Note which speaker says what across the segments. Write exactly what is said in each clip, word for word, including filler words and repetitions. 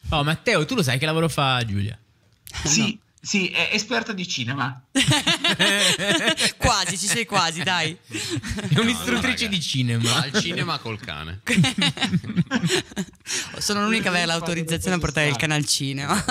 Speaker 1: Oh, Matteo, tu lo sai che lavoro fa Giulia?
Speaker 2: Sì,
Speaker 3: No.
Speaker 2: sì, è esperta di cinema.
Speaker 3: Quasi, ci sei quasi, dai.
Speaker 1: È un'istruttrice
Speaker 4: raga.
Speaker 1: di cinema.
Speaker 4: Va al cinema col cane.
Speaker 3: Sono l'unica a avere l'autorizzazione a portare il cane al cinema.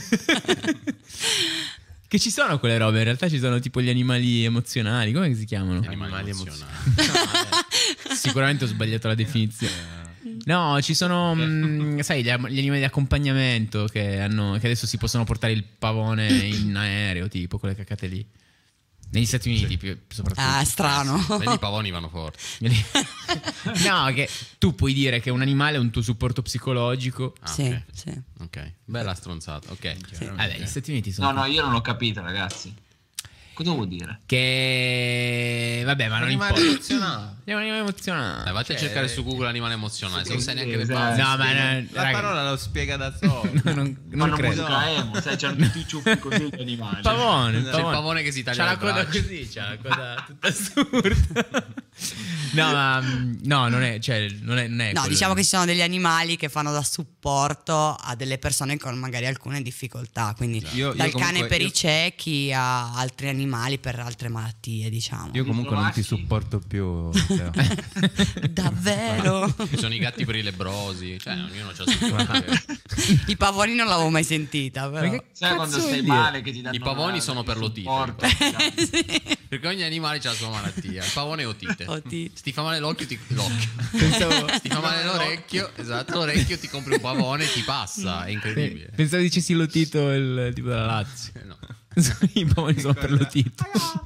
Speaker 1: Che ci sono quelle robe, in realtà ci sono tipo gli animali emozionali, come si chiamano?
Speaker 4: Animali
Speaker 5: Animali
Speaker 4: emozionali.
Speaker 1: Sicuramente ho sbagliato la definizione. No, ci sono, mh, sai, gli, gli animali di accompagnamento che, hanno, che adesso si possono portare il pavone in aereo, tipo quelle cacate lì. Negli Stati Uniti, più, soprattutto.
Speaker 3: Ah, strano.
Speaker 4: Vedi, i pavoni vanno forti.
Speaker 1: No, che tu puoi dire che un animale è un tuo supporto psicologico.
Speaker 4: Ah,
Speaker 3: Sì,
Speaker 4: ok.
Speaker 3: sì.
Speaker 4: Ok, bella stronzata. Ok.
Speaker 1: Vabbè, gli Stati Uniti sono.
Speaker 2: No, no, io non ho capito, ragazzi. Cosa vuol dire?
Speaker 1: Che. Vabbè, ma non
Speaker 5: Animale
Speaker 1: importa.
Speaker 5: emozionale.
Speaker 1: È un animale emozionale.
Speaker 4: Dai, vatti a
Speaker 5: Cioè,
Speaker 4: cercare su Google animale emozionale. Se non sai neanche le
Speaker 2: esatto.
Speaker 4: basi.
Speaker 1: No, ma no,
Speaker 5: La
Speaker 1: raga,
Speaker 5: parola lo spiega da solo.
Speaker 1: no, non, non
Speaker 2: Fanno
Speaker 1: credo.
Speaker 2: musica emo, sai, c'hanno tutti i ciuffi così gli animali.
Speaker 1: Pavone, il
Speaker 4: C'è il
Speaker 1: pavone.
Speaker 4: pavone che si taglia
Speaker 1: C'ha la
Speaker 4: le
Speaker 1: coda
Speaker 4: braccia.
Speaker 1: così, c'ha la coda tutta assurda. No, ma no, non è, cioè, non è, non è
Speaker 3: No,
Speaker 1: quello.
Speaker 3: diciamo che ci sono degli animali che fanno da supporto a delle persone con magari alcune difficoltà. Quindi
Speaker 5: Io- io
Speaker 3: dal
Speaker 5: comunque-
Speaker 3: cane per
Speaker 5: io-
Speaker 3: i ciechi a altri animali per altre malattie, diciamo.
Speaker 5: Io comunque non ti
Speaker 2: Slovacchi.
Speaker 5: supporto più. Matteo.
Speaker 3: Davvero?
Speaker 4: Ci sono i gatti per i lebbrosi. Cioè, ognuno c'ha il suo problema.
Speaker 3: I pavoni non l'avevo mai sentita, però.
Speaker 1: Ma che
Speaker 2: Sai quando
Speaker 1: cazzo
Speaker 2: stai
Speaker 1: vuol dire?
Speaker 2: male che ti danno
Speaker 4: I pavoni
Speaker 2: una-
Speaker 4: sono per
Speaker 2: il
Speaker 4: l'otite.
Speaker 2: supporto.
Speaker 4: Perché ogni animale ha la sua malattia. Il pavone è otite.
Speaker 3: Otite.
Speaker 4: Se ti fa male l'occhio, ti, l'occhio.
Speaker 1: Pensavo,
Speaker 4: Se ti fa male l'orecchio, esatto, l'orecchio ti compri un pavone e ti passa. È incredibile.
Speaker 1: pensavo dicessi l'otito il tipo della Lazio.
Speaker 4: No.
Speaker 1: I pavoni sono per l'otito.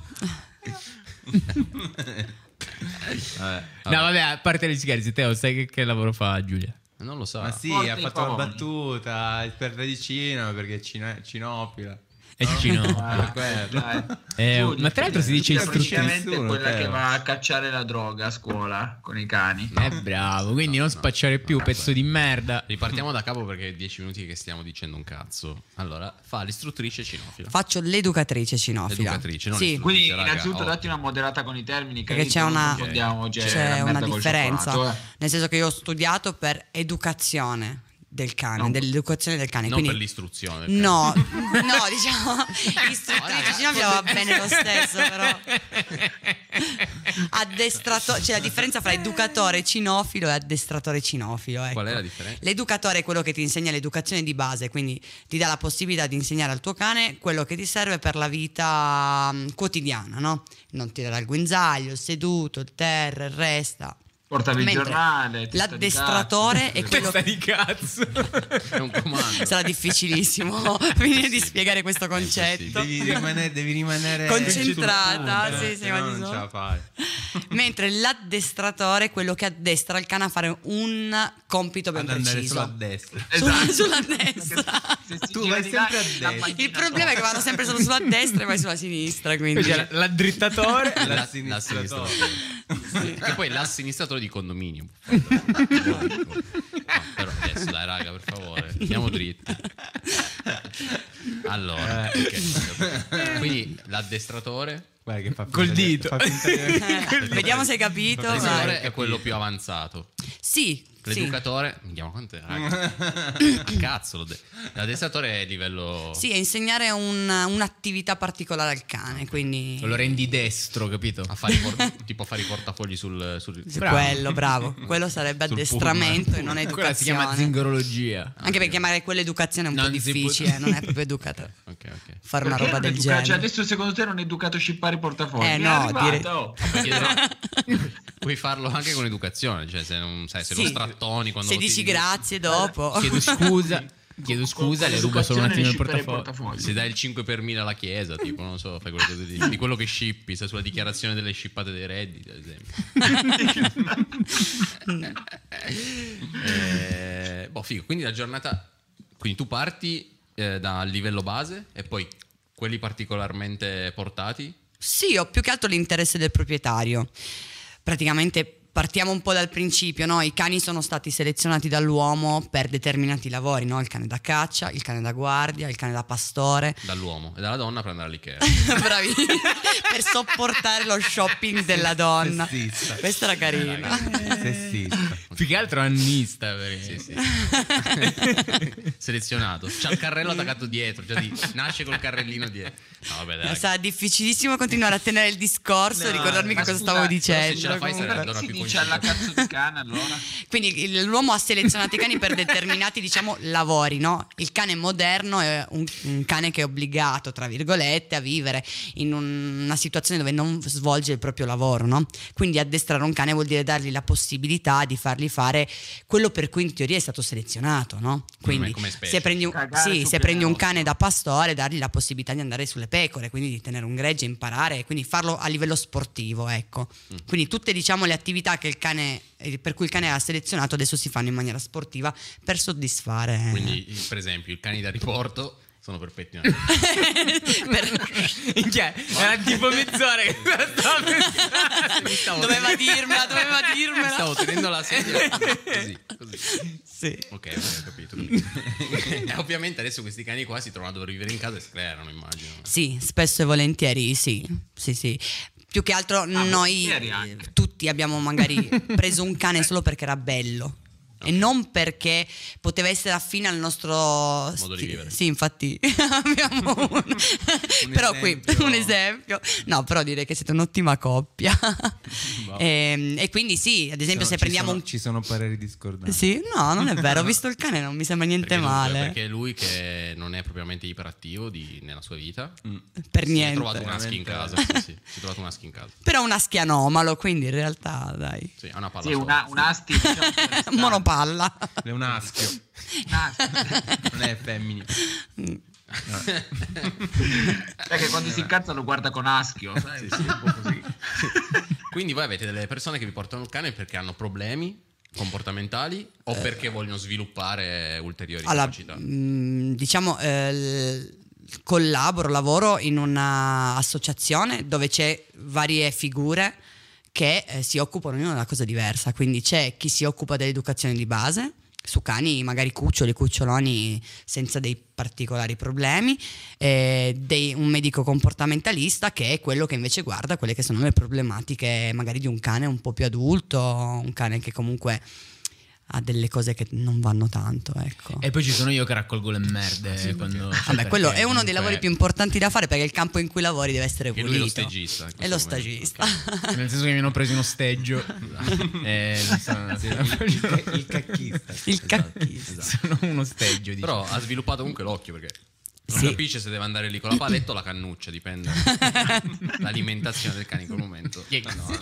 Speaker 5: Vabbè.
Speaker 1: No, vabbè, a parte gli scherzi, Teo, sai che, che lavoro fa Giulia?
Speaker 4: Non lo so.
Speaker 5: Ma sì,
Speaker 2: Porta
Speaker 5: ha
Speaker 2: i
Speaker 5: fatto la
Speaker 2: pavoni.
Speaker 5: battuta, esperta di cinema perché è cino- cinofila.
Speaker 1: È Cino.
Speaker 2: Ah,
Speaker 5: quello.
Speaker 2: dai.
Speaker 1: Eh,
Speaker 2: Giulia,
Speaker 1: ma tra l'altro si dice
Speaker 2: Giulia praticamente
Speaker 5: istruttrice.
Speaker 2: quella che
Speaker 5: Nessuno,
Speaker 2: va a cacciare la droga a scuola con i cani.
Speaker 1: È bravo, quindi non spacciare più,
Speaker 4: no,
Speaker 1: pezzo
Speaker 4: beh.
Speaker 1: di merda.
Speaker 4: Ripartiamo da capo perché è dieci minuti che stiamo dicendo un cazzo. Allora, fa l'istruttrice cinofila.
Speaker 3: Faccio l'educatrice cinofila.
Speaker 4: L'educatrice, non
Speaker 3: Sì,
Speaker 4: l'istruttrice.
Speaker 2: Quindi
Speaker 4: raga,
Speaker 2: innanzitutto
Speaker 4: oh.
Speaker 2: datti una moderata con i termini,
Speaker 3: perché
Speaker 2: capito?
Speaker 3: c'è
Speaker 2: Non
Speaker 3: una,
Speaker 2: confondiamo, cioè,
Speaker 3: c'è
Speaker 2: la
Speaker 3: una
Speaker 2: merda col
Speaker 3: differenza.
Speaker 2: cioccolato, eh.
Speaker 3: Nel senso che io ho studiato per educazione del cane,
Speaker 2: No.
Speaker 3: dell'educazione del cane.
Speaker 4: Non
Speaker 3: quindi
Speaker 4: per l'istruzione. del
Speaker 3: No, no, diciamo istruttrice cinofila va bene lo stesso, però addestratore, c'è la differenza fra educatore cinofilo e addestratore cinofilo, ecco.
Speaker 4: Qual è la differenza?
Speaker 3: L'educatore è quello che ti insegna l'educazione di base, quindi ti dà la possibilità di insegnare al tuo cane quello che ti serve per la vita mm, quotidiana, no? Non tirare il guinzaglio, il seduto, il terra, il resta.
Speaker 2: Portavi il
Speaker 3: Mentre
Speaker 2: giornale, testa di
Speaker 3: l'addestratore
Speaker 2: cazzo,
Speaker 3: è quello
Speaker 1: Testa di cazzo.
Speaker 4: È un comando.
Speaker 3: sarà difficilissimo finire di spiegare questo concetto.
Speaker 5: Devi rimanere, devi rimanere
Speaker 3: Concentrata,
Speaker 5: sul punto,
Speaker 3: sì,
Speaker 5: eh,
Speaker 3: sì,
Speaker 5: se
Speaker 3: ma
Speaker 5: no
Speaker 3: di
Speaker 5: non
Speaker 3: so-
Speaker 5: ce la fai.
Speaker 3: Mentre l'addestratore è quello che addestra il cane a fare un compito ben
Speaker 5: Ad andare
Speaker 3: preciso.
Speaker 5: solo a destra.
Speaker 3: Sulla,
Speaker 2: Esatto.
Speaker 3: sulla destra.
Speaker 2: Se si
Speaker 5: Tu
Speaker 2: gira
Speaker 5: vai
Speaker 2: di là,
Speaker 5: sempre a
Speaker 2: la
Speaker 5: destra.
Speaker 2: macchina
Speaker 3: Il problema è che vanno sempre solo sulla destra e vai sulla sinistra, quindi
Speaker 1: Poi c'è l'addrittatore.
Speaker 4: La-
Speaker 5: L'assinistratore.
Speaker 4: l'assinistatore. Che poi l'assinistatore di condominio. No, però adesso dai raga, per favore, andiamo dritti. Allora, ok. Quindi l'addestratore
Speaker 5: Guarda che fa
Speaker 1: Col
Speaker 5: finta di-
Speaker 1: dito.
Speaker 5: fa finta di-
Speaker 3: Eh, vediamo se hai capito.
Speaker 4: l'addestratore
Speaker 3: vai.
Speaker 4: è quello più avanzato.
Speaker 3: Sì, sì.
Speaker 4: L'educatore, andiamo quante raga. Cazzo, lo de- l'addestratore è livello
Speaker 3: Sì, è insegnare un- un'attività particolare al cane, quindi
Speaker 1: Lo rendi destro, capito?
Speaker 4: a fare i por- tipo a fare i portafogli sul, sul
Speaker 3: Sì,
Speaker 1: Bravo.
Speaker 3: quello, bravo. Quello sarebbe
Speaker 4: Sul
Speaker 3: addestramento
Speaker 4: pullman.
Speaker 3: e non educazione.
Speaker 1: Quella si chiama zingarologia.
Speaker 3: Anche perché magari quella educazione è un po'
Speaker 1: Non si può-
Speaker 3: difficile, non è proprio educatore.
Speaker 4: Ok, ok.
Speaker 3: Fare una
Speaker 2: Perché
Speaker 3: roba
Speaker 2: non
Speaker 3: del
Speaker 2: educa-
Speaker 3: genere.
Speaker 2: Cioè, adesso secondo te non è educato a scippare i portafogli?
Speaker 3: Eh,
Speaker 2: È
Speaker 3: no,
Speaker 2: arrivato,
Speaker 3: direi-
Speaker 2: oh.
Speaker 4: Puoi farlo anche con educazione, cioè se non sai, se
Speaker 3: Sì.
Speaker 4: lo strattoni quando
Speaker 3: Se
Speaker 4: lo
Speaker 3: dici
Speaker 4: tiri-
Speaker 3: grazie dopo.
Speaker 1: Chiedo scusa. Chiedo scusa, le rubo solo un attimo il portafoglio.
Speaker 4: Se dai il cinque per mille alla chiesa, tipo, non so, fai qualcosa di, di quello che shippi, sai, sulla dichiarazione delle scippate dei redditi, ad esempio. eh, boh, figo. Quindi la giornata. Quindi tu parti eh, dal livello base e poi quelli particolarmente portati.
Speaker 3: Sì, ho più che altro l'interesse del proprietario. Praticamente partiamo un po' dal principio, no? I cani sono stati selezionati dall'uomo per determinati lavori, no? Il cane da caccia, il cane da guardia, il cane da pastore.
Speaker 4: Dall'uomo e dalla donna per andare all'Ikea.
Speaker 3: Bravi. Per sopportare lo shopping della donna.
Speaker 5: Sessista.
Speaker 3: Questa era carina.
Speaker 5: Sessista.
Speaker 1: Più che altro annista. Perché...
Speaker 4: Sì, sì. Selezionato. C'ha il carrello attaccato dietro. Già di... Nasce col carrellino dietro. No, vabbè, dai.
Speaker 3: Sarà difficilissimo continuare a tenere il discorso
Speaker 2: No,
Speaker 3: e ricordarmi che
Speaker 2: ma
Speaker 3: cosa
Speaker 2: scusa,
Speaker 3: stavo
Speaker 2: però
Speaker 3: dicendo.
Speaker 4: se ce la fai sarebbe allora
Speaker 2: si
Speaker 4: più
Speaker 2: dice alla
Speaker 4: coinvolgente.
Speaker 2: cazzo di cane allora?
Speaker 3: Quindi il- l'uomo ha selezionato i cani per determinati, diciamo, lavori, no? Il cane moderno è un, un cane che è obbligato, tra virgolette, a vivere in un- una situazione dove non svolge il proprio lavoro, no? Quindi addestrare un cane vuol dire dargli la possibilità di fargli fare quello per cui in teoria è stato selezionato, no? Quindi
Speaker 4: come specie.
Speaker 3: se prendi un,
Speaker 2: Cagare
Speaker 3: sì,
Speaker 2: sul
Speaker 3: se prendi un
Speaker 2: pianerottolo.
Speaker 3: cane da pastore, dargli la possibilità di andare sulle pecore, quindi di tenere un gregge, imparare, e quindi farlo a livello sportivo, ecco. Quindi tutte, diciamo, le attività che il cane, eh, per cui il cane era selezionato adesso si fanno in maniera sportiva per soddisfare.
Speaker 4: Quindi, per esempio, i cani da riporto sono perfetti. No?
Speaker 3: Per-
Speaker 1: Minchia, era tipo mezz'ora che stavo pensando.
Speaker 4: Mi stavo-
Speaker 3: Doveva dirmela, doveva
Speaker 4: mi
Speaker 3: dirmela.
Speaker 4: stavo tenendo la sedia così, così.
Speaker 3: Sì.
Speaker 4: Ok, ok, ho capito. E ovviamente adesso questi cani qua si trovano a dover vivere in casa e sclerano, immagino.
Speaker 3: Sì, spesso e volentieri, sì. Sì, sì. Più che altro noi
Speaker 2: volentieri anche.
Speaker 3: tutti abbiamo magari preso un cane solo perché era bello. E non perché poteva essere affine al nostro
Speaker 4: Modo di
Speaker 3: sti-
Speaker 4: vivere.
Speaker 3: Sì, infatti abbiamo un, però qui
Speaker 5: esempio.
Speaker 3: un esempio. No, però direi che siete un'ottima coppia. e, e quindi sì, ad esempio,
Speaker 5: Sono-
Speaker 3: se
Speaker 5: ci
Speaker 3: prendiamo
Speaker 5: sono,
Speaker 3: un
Speaker 5: ci sono pareri discordanti.
Speaker 3: Sì, no, non è vero, ho visto il cane, non mi sembra niente
Speaker 4: Perché lui,
Speaker 3: male.
Speaker 4: perché lui che non è propriamente iperattivo di- nella sua vita,
Speaker 3: Per
Speaker 4: si è
Speaker 3: niente.
Speaker 4: trovato un husky in casa. Sì, sì, si è trovato un husky in casa.
Speaker 3: Però un husky anomalo, quindi in realtà, dai.
Speaker 4: Sì, ha una palla
Speaker 2: Sì,
Speaker 4: sola.
Speaker 2: una, un asti, diciamo,
Speaker 3: Monopalla.
Speaker 5: È un aschio,
Speaker 2: un asti.
Speaker 5: non è femminile.
Speaker 2: Sai che quando si incazza lo guarda con aschio, sai?
Speaker 4: Sì, sì, un po' così. Quindi voi avete delle persone che vi portano il cane perché hanno problemi comportamentali o perché vogliono sviluppare ulteriori
Speaker 3: Allora,
Speaker 4: capacità?
Speaker 3: mh, diciamo, eh, l- collaboro, lavoro in un'associazione dove c'è varie figure che eh, si occupano ognuno di una cosa diversa. Quindi c'è chi si occupa dell'educazione di base su cani, magari cuccioli, cuccioloni senza dei particolari problemi, eh, dei- un medico comportamentalista che è quello che invece guarda quelle che sono le problematiche magari di un cane un po' più adulto, un cane che comunque ha delle cose che non vanno tanto, ecco.
Speaker 1: E poi ci sono io che raccolgo le merde. quando, cioè,
Speaker 3: Vabbè, quello
Speaker 1: perché
Speaker 3: è uno dei
Speaker 1: comunque-
Speaker 3: lavori più importanti da fare perché il campo in cui lavori deve essere
Speaker 4: Che
Speaker 3: pulito.
Speaker 4: lui è lo stagista. in
Speaker 3: È lo
Speaker 4: questo momento.
Speaker 3: stagista.
Speaker 4: Ok.
Speaker 1: Nel senso che mi hanno preso in osteggio. Eh, mi sono,
Speaker 5: Il, il cacchista.
Speaker 3: Il cacchista.
Speaker 1: sono un osteggio, diciamo.
Speaker 4: Però ha sviluppato comunque l'occhio perché non
Speaker 3: Sì.
Speaker 4: capisce se deve andare lì con la paletta o la cannuccia, dipende l'alimentazione del cane in quel momento. No,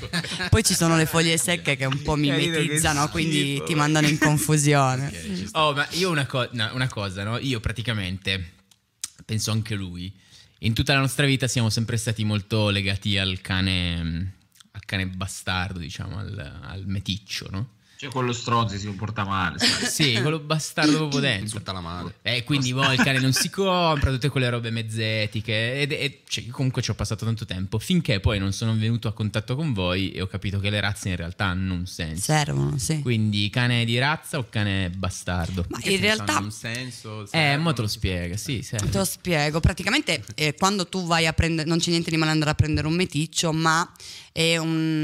Speaker 3: Poi ci sono le foglie secche che un po' mimetizzano,
Speaker 5: che
Speaker 3: quindi
Speaker 5: schifo.
Speaker 3: ti mandano in confusione.
Speaker 4: ok, ci sta.
Speaker 1: Oh, ma io una, co- no, una cosa, no? Io praticamente, penso anche lui, in tutta la nostra vita siamo sempre stati molto legati al cane, al cane bastardo, diciamo, al, al meticcio, no?
Speaker 2: Cioè quello stronzo si comporta male, sai?
Speaker 1: Sì, quello bastardo proprio dentro.
Speaker 4: Insulta la madre.
Speaker 1: E quindi poi il cane non si compra, tutte quelle robe mezzetiche. Ed, e, cioè, io comunque ci ho passato tanto tempo. Finché poi non sono venuto a contatto con voi e ho capito che le razze in realtà hanno un senso.
Speaker 3: Servono, sì.
Speaker 1: Quindi cane di razza o cane bastardo?
Speaker 3: Ma
Speaker 5: Che
Speaker 3: in
Speaker 5: senso
Speaker 3: realtà
Speaker 5: hanno un senso?
Speaker 1: Eh,
Speaker 5: servono?
Speaker 1: mo te lo spiega, sì, sì.
Speaker 3: te lo spiego. Praticamente eh, quando tu vai a prendere, non c'è niente di male andare a prendere un meticcio, ma è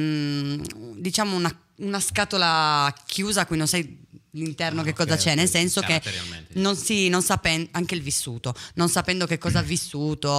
Speaker 3: un, diciamo una, una scatola chiusa a cui non sai l'interno
Speaker 5: Ah,
Speaker 3: che
Speaker 5: ok,
Speaker 3: cosa c'è,
Speaker 5: ok,
Speaker 3: nel senso che
Speaker 4: caratterialmente.
Speaker 3: non si, non sapendo, anche il vissuto, non sapendo che cosa ha vissuto,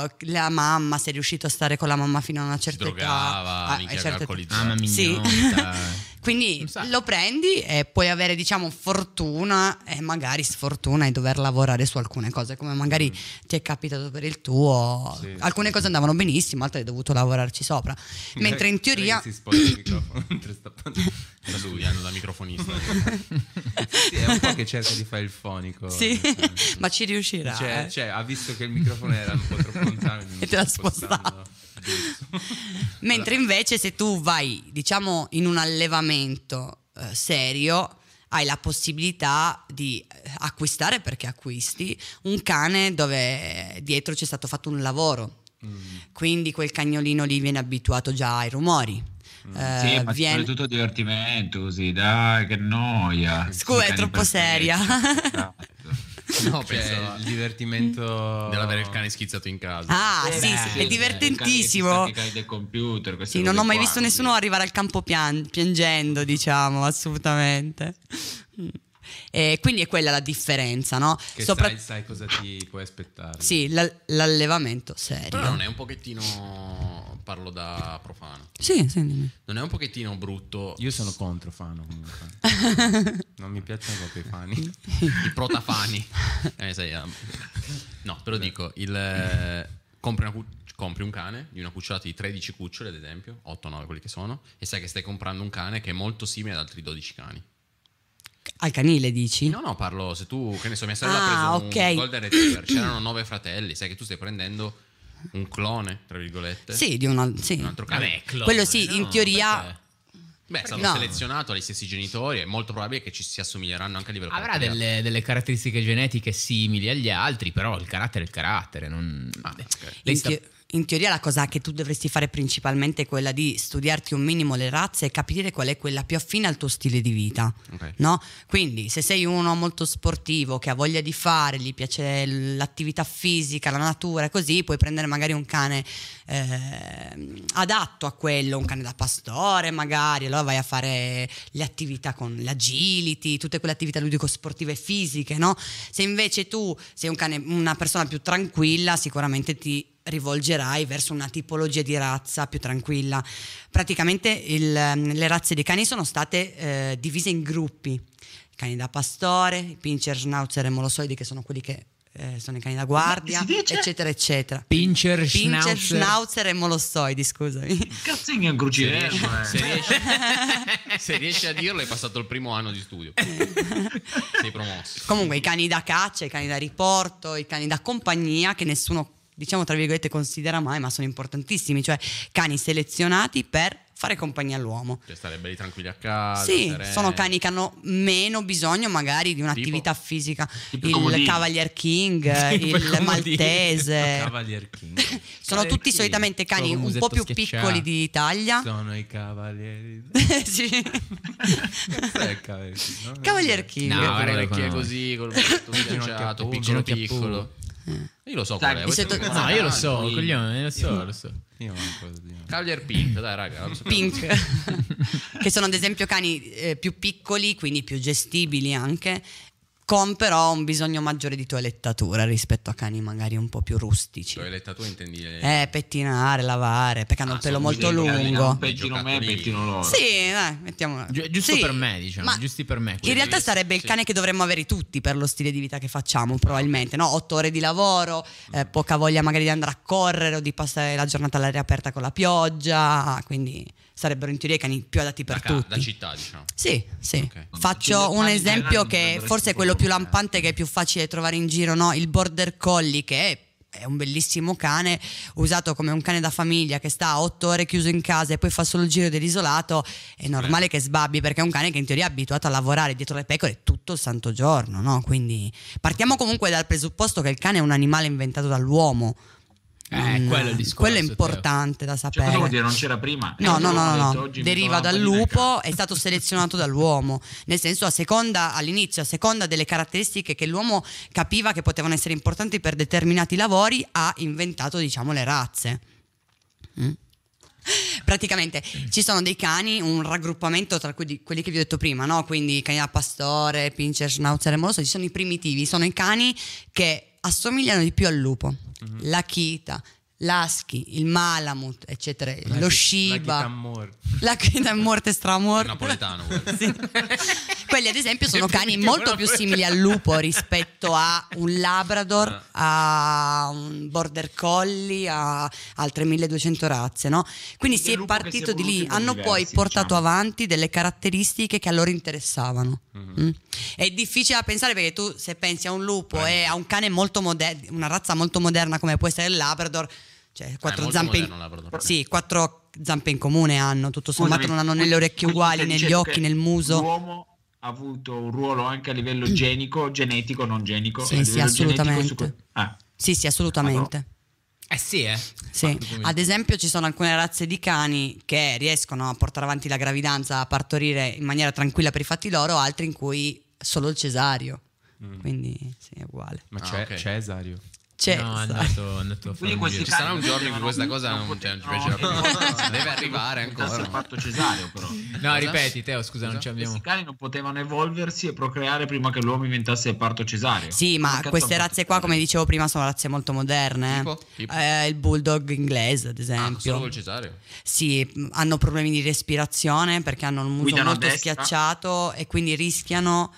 Speaker 3: la mamma, se è riuscito a stare con la mamma fino a una
Speaker 4: Si
Speaker 3: certa
Speaker 4: drogava,
Speaker 3: età. a- a
Speaker 4: minchia,
Speaker 3: certe età.
Speaker 4: alcolizzato.
Speaker 1: Mamma mia.
Speaker 3: Sì.
Speaker 1: nota.
Speaker 3: Quindi
Speaker 1: Non sa.
Speaker 3: lo prendi e puoi avere, diciamo, fortuna e magari sfortuna e dover lavorare su alcune cose, come magari ti è capitato per il tuo.
Speaker 5: Sì,
Speaker 3: alcune cose andavano benissimo, altre hai dovuto lavorarci sopra. Mentre in teoria
Speaker 5: Si sposta il microfono mentre sta parlando.
Speaker 4: Sta studiando da microfonista.
Speaker 5: Sì, è un po' che cerca di fare il fonico.
Speaker 3: sì, ma ci riuscirà.
Speaker 5: Cioè,
Speaker 3: eh.
Speaker 5: cioè, ha visto che il microfono era un po' troppo lontano quindi
Speaker 3: E te l'ha
Speaker 5: sta spostando
Speaker 3: spostato.
Speaker 5: giusto.
Speaker 3: Mentre invece se tu vai, diciamo, in un allevamento eh, serio, hai la possibilità di eh, acquistare, perché acquisti, un cane dove dietro c'è stato fatto un lavoro. Quindi quel cagnolino lì viene abituato già ai rumori. Eh,
Speaker 2: Sì, ma
Speaker 3: viene-
Speaker 2: tutto divertimento così, dai, che noia.
Speaker 3: Scusa, è
Speaker 2: Cani
Speaker 3: troppo
Speaker 2: perfetti.
Speaker 3: seria.
Speaker 2: Esatto.
Speaker 4: No,
Speaker 5: Cioè,
Speaker 4: penso
Speaker 5: il divertimento
Speaker 4: dell'avere il cane schizzato in casa.
Speaker 3: Ah,
Speaker 2: Eh,
Speaker 3: sì,
Speaker 2: beh,
Speaker 3: sì, è divertentissimo.
Speaker 2: I cani del computer, queste
Speaker 3: Sì, non
Speaker 2: cose
Speaker 3: ho mai
Speaker 2: qua,
Speaker 3: visto
Speaker 2: così.
Speaker 3: nessuno arrivare al campo pian- piangendo, diciamo, assolutamente. Mm. E quindi è quella la differenza, no?
Speaker 5: che
Speaker 3: Sopra-
Speaker 5: sai, sai cosa ti puoi aspettare.
Speaker 3: Sì, la- l'allevamento serio.
Speaker 4: Però non è un pochettino, parlo da profano,
Speaker 3: Sì, sì, dimmi.
Speaker 4: non è un pochettino brutto
Speaker 5: Io sono contro Fano comunque. Non mi piacciono proprio i fani.
Speaker 4: i protafani. Eh, sai, eh. No, te lo dico, il, eh, compri, una cu- compri un cane di una cucciolata di tredici cuccioli, ad esempio, otto nove quelli che sono, e sai che stai comprando un cane che è molto simile ad altri dodici cani.
Speaker 3: Al canile dici?
Speaker 4: No, no, parlo, se tu, che ne so, mia sorella
Speaker 3: Ah,
Speaker 4: ha preso
Speaker 3: ok.
Speaker 4: un Golden Retriever, c'erano nove fratelli, sai che tu stai prendendo un clone, tra virgolette,
Speaker 3: Sì, di una, sì.
Speaker 4: un altro cane.
Speaker 1: Vabbè, clone,
Speaker 3: Quello sì,
Speaker 1: no,
Speaker 3: in teoria-
Speaker 1: perché
Speaker 4: Beh, è stato
Speaker 3: No.
Speaker 4: selezionato dagli stessi genitori, è molto probabile che ci si assomiglieranno anche a livello
Speaker 1: avrà
Speaker 4: caratteriale.
Speaker 1: delle, delle caratteristiche genetiche simili agli altri, però il carattere è il carattere. Non...
Speaker 4: Ah, ok.
Speaker 1: Lei
Speaker 3: In,
Speaker 1: sta-
Speaker 3: teo- in teoria la cosa che tu dovresti fare principalmente è quella di studiarti un minimo le razze e capire qual è quella più affine al tuo stile di vita,
Speaker 4: Ok.
Speaker 3: no? Quindi se sei uno molto sportivo che ha voglia di fare, gli piace l'attività fisica, la natura e così, puoi prendere magari un cane eh, adatto a quello, un cane da pastore magari, allora vai a fare le attività con l'agility, tutte quelle attività ludico-sportive fisiche, no? Se invece tu sei un cane, una persona più tranquilla, sicuramente ti rivolgerai verso una tipologia di razza più tranquilla. Praticamente il- le razze dei cani sono state eh, divise in gruppi: i cani da pastore, i pincher, schnauzer e molossoidi, che sono quelli che eh, sono i cani da guardia,
Speaker 2: si dice?
Speaker 3: eccetera eccetera.
Speaker 1: Pincher,
Speaker 3: Pincher,
Speaker 1: schnauzer.
Speaker 3: schnauzer e molossoidi, scusami.
Speaker 2: Cazzo è un cruciverso, eh.
Speaker 4: Se riesci, se riesci a dirlo, hai passato il primo anno di studio. Sei promosso.
Speaker 3: Comunque i cani da caccia, i cani da riporto, i cani da compagnia, che nessuno, diciamo tra virgolette, considera mai, ma sono importantissimi, cioè cani selezionati per fare compagnia all'uomo.
Speaker 4: Cioè, stare belli tranquilli a casa.
Speaker 3: Sì,
Speaker 4: sereni.
Speaker 3: sono cani che hanno meno bisogno magari di un'attività
Speaker 4: Tipo?
Speaker 3: fisica.
Speaker 2: Tipo
Speaker 3: Il
Speaker 2: comodini.
Speaker 3: Cavalier King,
Speaker 1: Tipo
Speaker 3: il
Speaker 1: comodini.
Speaker 3: maltese.
Speaker 5: Cavalier King.
Speaker 3: Sono
Speaker 1: Cavalier
Speaker 3: tutti
Speaker 1: King.
Speaker 3: solitamente cani
Speaker 1: Solo
Speaker 3: un
Speaker 1: musetto
Speaker 3: po' più
Speaker 1: schiacciato.
Speaker 3: piccoli di taglia.
Speaker 5: Sono i cavalieri.
Speaker 3: Sì.
Speaker 5: Cos'è il Cavalier King? No?
Speaker 3: Cavalier King.
Speaker 1: No,
Speaker 4: Con
Speaker 1: guarda,
Speaker 4: le
Speaker 1: lo
Speaker 4: orecchie
Speaker 1: conosco.
Speaker 4: così, col petto schiacciato,
Speaker 5: Ginocchia
Speaker 4: piccolo
Speaker 1: pu.
Speaker 4: piccolo. Io lo so
Speaker 2: Sai,
Speaker 4: qual è.
Speaker 2: di
Speaker 4: questo
Speaker 3: solito-
Speaker 4: è-
Speaker 1: No, io lo so,
Speaker 2: Quindi-
Speaker 1: coglione, lo so, lo so.
Speaker 5: Io manco lo dico.
Speaker 4: Cavalier Pink, dai raga. lo so.
Speaker 3: Pink, che sono ad esempio cani eh, più piccoli, quindi più gestibili anche, con però un bisogno maggiore di toelettatura rispetto a cani magari un po' più rustici.
Speaker 4: Toeletta tu intendi le...
Speaker 3: Eh, pettinare, lavare, perché hanno
Speaker 4: Ah,
Speaker 3: il pelo
Speaker 4: sono
Speaker 3: molto
Speaker 4: così,
Speaker 3: lungo.
Speaker 2: Un pettino me,
Speaker 4: giocattolini.
Speaker 2: pettino loro.
Speaker 3: Sì, dai, mettiamo.
Speaker 1: Gi- giusto
Speaker 3: Sì,
Speaker 1: per me, diciamo,
Speaker 3: ma
Speaker 1: giusti per me.
Speaker 3: In
Speaker 1: quelli.
Speaker 3: realtà sarebbe il
Speaker 4: Sì.
Speaker 3: cane che dovremmo avere tutti per lo stile di vita che facciamo, probabilmente, no? Otto ore di lavoro, eh, poca voglia magari di andare a correre o di passare la giornata all'aria aperta con la pioggia, quindi sarebbero in teoria i cani più adatti
Speaker 4: da,
Speaker 3: per
Speaker 4: ca-
Speaker 3: tutti.
Speaker 4: da città, diciamo.
Speaker 3: Sì, sì.
Speaker 4: Ok.
Speaker 3: Faccio
Speaker 2: Quindi
Speaker 3: un
Speaker 2: cani
Speaker 3: esempio
Speaker 2: generali
Speaker 3: che
Speaker 2: dovrebbero
Speaker 3: forse è
Speaker 2: essere
Speaker 3: quello più
Speaker 2: proprio-
Speaker 3: lampante, che è più facile trovare in giro, no? Il Border Collie, che è è un bellissimo cane usato come un cane da famiglia che sta otto ore chiuso in casa e poi fa solo il giro dell'isolato. È normale che sbabbi, perché è un cane che in teoria è abituato a lavorare dietro le pecore tutto il santo giorno, no? Quindi partiamo comunque dal presupposto che il cane è un animale inventato dall'uomo.
Speaker 1: Eh,
Speaker 3: Non-
Speaker 1: quello è il discorso,
Speaker 3: quello è
Speaker 1: Teo.
Speaker 3: importante da
Speaker 2: Cioè,
Speaker 3: sapere.
Speaker 2: cosa vuol dire? Non c'era prima?
Speaker 3: No,
Speaker 2: Eh,
Speaker 3: no, no,
Speaker 2: ho
Speaker 3: no,
Speaker 2: detto,
Speaker 3: no.
Speaker 2: oggi mi
Speaker 3: Deriva
Speaker 2: trovavo
Speaker 3: dal
Speaker 2: un po' di
Speaker 3: lupo, è stato selezionato dall'uomo, nel senso a seconda, all'inizio, a seconda delle caratteristiche che l'uomo capiva che potevano essere importanti per determinati lavori, ha inventato, diciamo, le razze. Mm? Praticamente ci sono dei cani, un raggruppamento tra cui- quelli che vi ho detto prima, no? Quindi cani da pastore, pincher, schnauzer e molosso, ci sono i primitivi, sono i cani che assomigliano di più al lupo, l'Akita, l'Husky, il Malamut, eccetera, lo
Speaker 5: La
Speaker 3: Shiba.
Speaker 5: chitamor.
Speaker 3: L'Akita è morte stramorte.
Speaker 4: Napoletano, guarda.
Speaker 3: Sì. Quelli ad esempio sono cani molto più simili al lupo rispetto a un Labrador, a un Border Collie, a altre milleduecento razze, no? Quindi
Speaker 2: Quindi
Speaker 3: si
Speaker 2: è
Speaker 3: è
Speaker 2: il lupo che
Speaker 3: partito
Speaker 2: si è
Speaker 3: di lì,
Speaker 2: evoluto in
Speaker 3: hanno
Speaker 2: modi
Speaker 3: poi
Speaker 2: diversi,
Speaker 3: portato
Speaker 2: diciamo.
Speaker 3: avanti delle caratteristiche che a loro interessavano. Mm. È difficile da pensare, perché tu, se pensi a un lupo e a un cane molto moderno, una razza molto moderna come può essere il Labrador, cioè quattro
Speaker 4: molto
Speaker 3: zampe in-
Speaker 4: moderno il Labrador.
Speaker 3: sì, quattro zampe in comune hanno, tutto sommato
Speaker 2: Scusami,
Speaker 3: non hanno nelle
Speaker 2: quindi-
Speaker 3: orecchie
Speaker 2: quindi
Speaker 3: uguali,
Speaker 2: stai
Speaker 3: negli
Speaker 2: dicendo
Speaker 3: occhi,
Speaker 2: che
Speaker 3: nel muso.
Speaker 2: L'uomo ha avuto un ruolo anche a livello genico, genetico, non genico.
Speaker 3: Sì,
Speaker 2: a
Speaker 3: sì,
Speaker 2: livello genetico
Speaker 3: assolutamente.
Speaker 2: su que- ah.
Speaker 3: Sì, sì, assolutamente.
Speaker 1: Eh sì, eh.
Speaker 3: Sì. Ad esempio ci sono alcune razze di cani che riescono a portare avanti la gravidanza, a partorire in maniera tranquilla per i fatti loro, altri in cui solo il cesario.
Speaker 5: Mm.
Speaker 3: quindi sì, è uguale.
Speaker 5: Ma
Speaker 4: Ah,
Speaker 5: c'è
Speaker 4: ok.
Speaker 5: Cesario.
Speaker 3: C'è,
Speaker 1: No, è
Speaker 3: sai.
Speaker 1: andato, è andato a fare
Speaker 2: Quindi
Speaker 1: un
Speaker 2: questi
Speaker 1: giro.
Speaker 4: Ci sarà un
Speaker 2: cani
Speaker 4: giorno in cui questa cosa
Speaker 2: non
Speaker 4: non, cioè, non ci
Speaker 2: potevano-
Speaker 4: piacerà più. Deve arrivare ancora.
Speaker 2: Si è fatto cesareo però.
Speaker 1: No,
Speaker 4: Cosa?
Speaker 1: ripeti, Teo, scusa, non
Speaker 4: Cosa?
Speaker 1: ci abbiamo.
Speaker 2: Questi cani non potevano evolversi e procreare prima che l'uomo inventasse il parto cesareo.
Speaker 3: Sì, ma
Speaker 2: Come cazzo
Speaker 3: queste
Speaker 2: hanno
Speaker 3: razze
Speaker 2: fatto?
Speaker 3: qua, come dicevo prima, sono razze molto moderne. eh.
Speaker 4: Tipo? Tipo?
Speaker 3: Eh, il bulldog inglese, ad
Speaker 4: Ah,
Speaker 3: esempio.
Speaker 4: solo col cesareo.
Speaker 3: Sì, mh, hanno problemi di respirazione perché hanno un muso
Speaker 2: Guidano a
Speaker 3: molto
Speaker 2: destra.
Speaker 3: schiacciato e quindi rischiano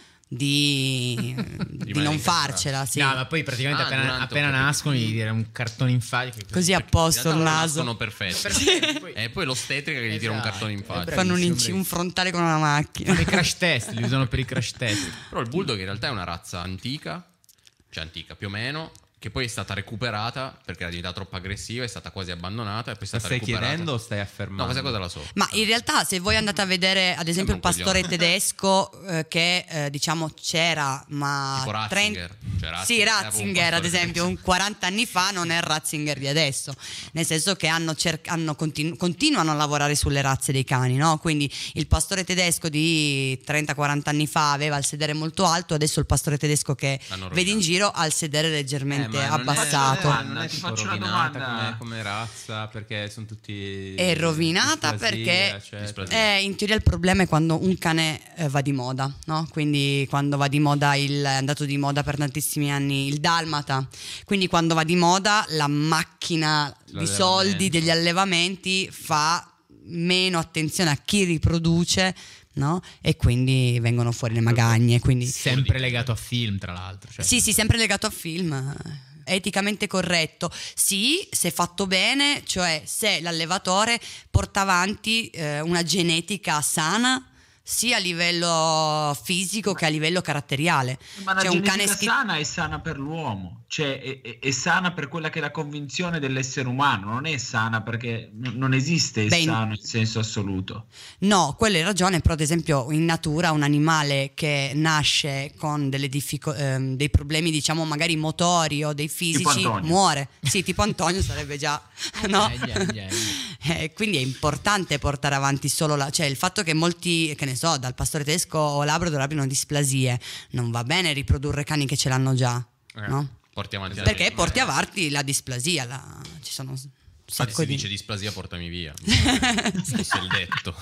Speaker 3: di, di non
Speaker 4: Rimanere
Speaker 3: farcela. Sì.
Speaker 1: No, ma poi praticamente
Speaker 4: Ah,
Speaker 1: appena,
Speaker 4: durante,
Speaker 1: appena
Speaker 4: ho capito.
Speaker 1: nascono gli direi un cartone in faccia. che-
Speaker 3: Così a
Speaker 4: In
Speaker 3: posto
Speaker 4: realtà
Speaker 3: il
Speaker 4: loro
Speaker 3: naso.
Speaker 4: nascono perfetti.
Speaker 1: Perfetto, poi-
Speaker 4: E poi l'ostetrica che gli tira un
Speaker 1: Esatto,
Speaker 4: cartone in
Speaker 1: è
Speaker 4: faccia.
Speaker 1: bravissimo,
Speaker 3: Fanno un, inci-
Speaker 1: bravissimo.
Speaker 3: un frontale con una macchina.
Speaker 1: I crash test, li usano per i crash test.
Speaker 4: Però il bulldog in realtà è una razza antica, cioè antica più o meno, che poi è stata recuperata perché era diventata troppo aggressiva, è stata quasi abbandonata e poi è
Speaker 5: La
Speaker 4: stata
Speaker 5: stai
Speaker 4: recuperata.
Speaker 5: chiedendo o stai affermando?
Speaker 4: No, questa cosa la so.
Speaker 3: Ma in realtà, se voi andate a vedere, ad esempio, il
Speaker 4: Sembra un
Speaker 3: pastore
Speaker 4: coglione.
Speaker 3: tedesco, eh, che eh, diciamo c'era, ma
Speaker 4: Tipo Ratzinger. Cioè, Ratzinger
Speaker 3: sì,
Speaker 4: era proprio un
Speaker 3: Ratzinger, ad
Speaker 4: pastore
Speaker 3: esempio,
Speaker 4: tedesco.
Speaker 3: un quaranta anni fa non è il Ratzinger di adesso, nel senso che hanno cer- hanno continu- continuano a lavorare sulle razze dei cani, no? Quindi il pastore tedesco di trenta quaranta anni fa aveva il sedere molto alto, adesso il pastore tedesco che
Speaker 4: L'hanno rovinato.
Speaker 3: vedi in giro ha il sedere
Speaker 5: Eh,
Speaker 3: leggermente
Speaker 5: ma non è-
Speaker 3: abbassato.
Speaker 5: eh, non è
Speaker 2: Ti
Speaker 5: tipo
Speaker 2: faccio una
Speaker 5: rovinata
Speaker 2: domanda.
Speaker 5: come, come razza perché sono tutti
Speaker 3: È rovinata
Speaker 5: displasia,
Speaker 3: perché
Speaker 5: eccetera.
Speaker 4: Displasia.
Speaker 3: eh, in teoria il problema è quando un cane eh, va di moda, no? Quindi quando va di moda il, è andato di moda per tantissimi anni il dalmata, quindi quando va di moda la macchina di
Speaker 5: L'allevamento.
Speaker 3: soldi degli allevamenti fa meno attenzione a chi riproduce, no? E quindi vengono fuori le magagne, quindi
Speaker 1: Sempre legato a film, tra l'altro. Cioè.
Speaker 3: sì, sì, sempre legato a film. È eticamente corretto. Sì, se fatto bene, cioè se l'allevatore porta avanti eh, una genetica sana sia a livello fisico che a livello caratteriale.
Speaker 2: Ma la
Speaker 3: C'è un
Speaker 2: genetica
Speaker 3: cane schi-
Speaker 2: sana è sana per l'uomo, cioè è, è- è sana per quella che è la convinzione dell'essere umano, non è sana perché n- non esiste il
Speaker 3: Beh, in-
Speaker 2: sano in senso assoluto.
Speaker 3: No, quella è ragione, però ad esempio in natura un animale che nasce con delle diffico- ehm, dei problemi diciamo magari motori o dei fisici
Speaker 2: Antonio.
Speaker 3: muore. Sì, tipo Antonio sarebbe già, no?
Speaker 1: Eh, già, già, già.
Speaker 3: Eh, quindi è importante portare avanti solo la, cioè il fatto che molti, che ne so, dal pastore tedesco o labrador abbiano displasie, non va bene riprodurre cani che ce l'hanno già,
Speaker 5: Eh.
Speaker 3: no?
Speaker 4: Porti avanti la
Speaker 3: Perché
Speaker 4: gente.
Speaker 3: porti avanti la displasia, la- ci sono un
Speaker 4: Infatti
Speaker 3: sacco
Speaker 4: si
Speaker 3: di...
Speaker 4: dice displasia portami via. Questo è il detto.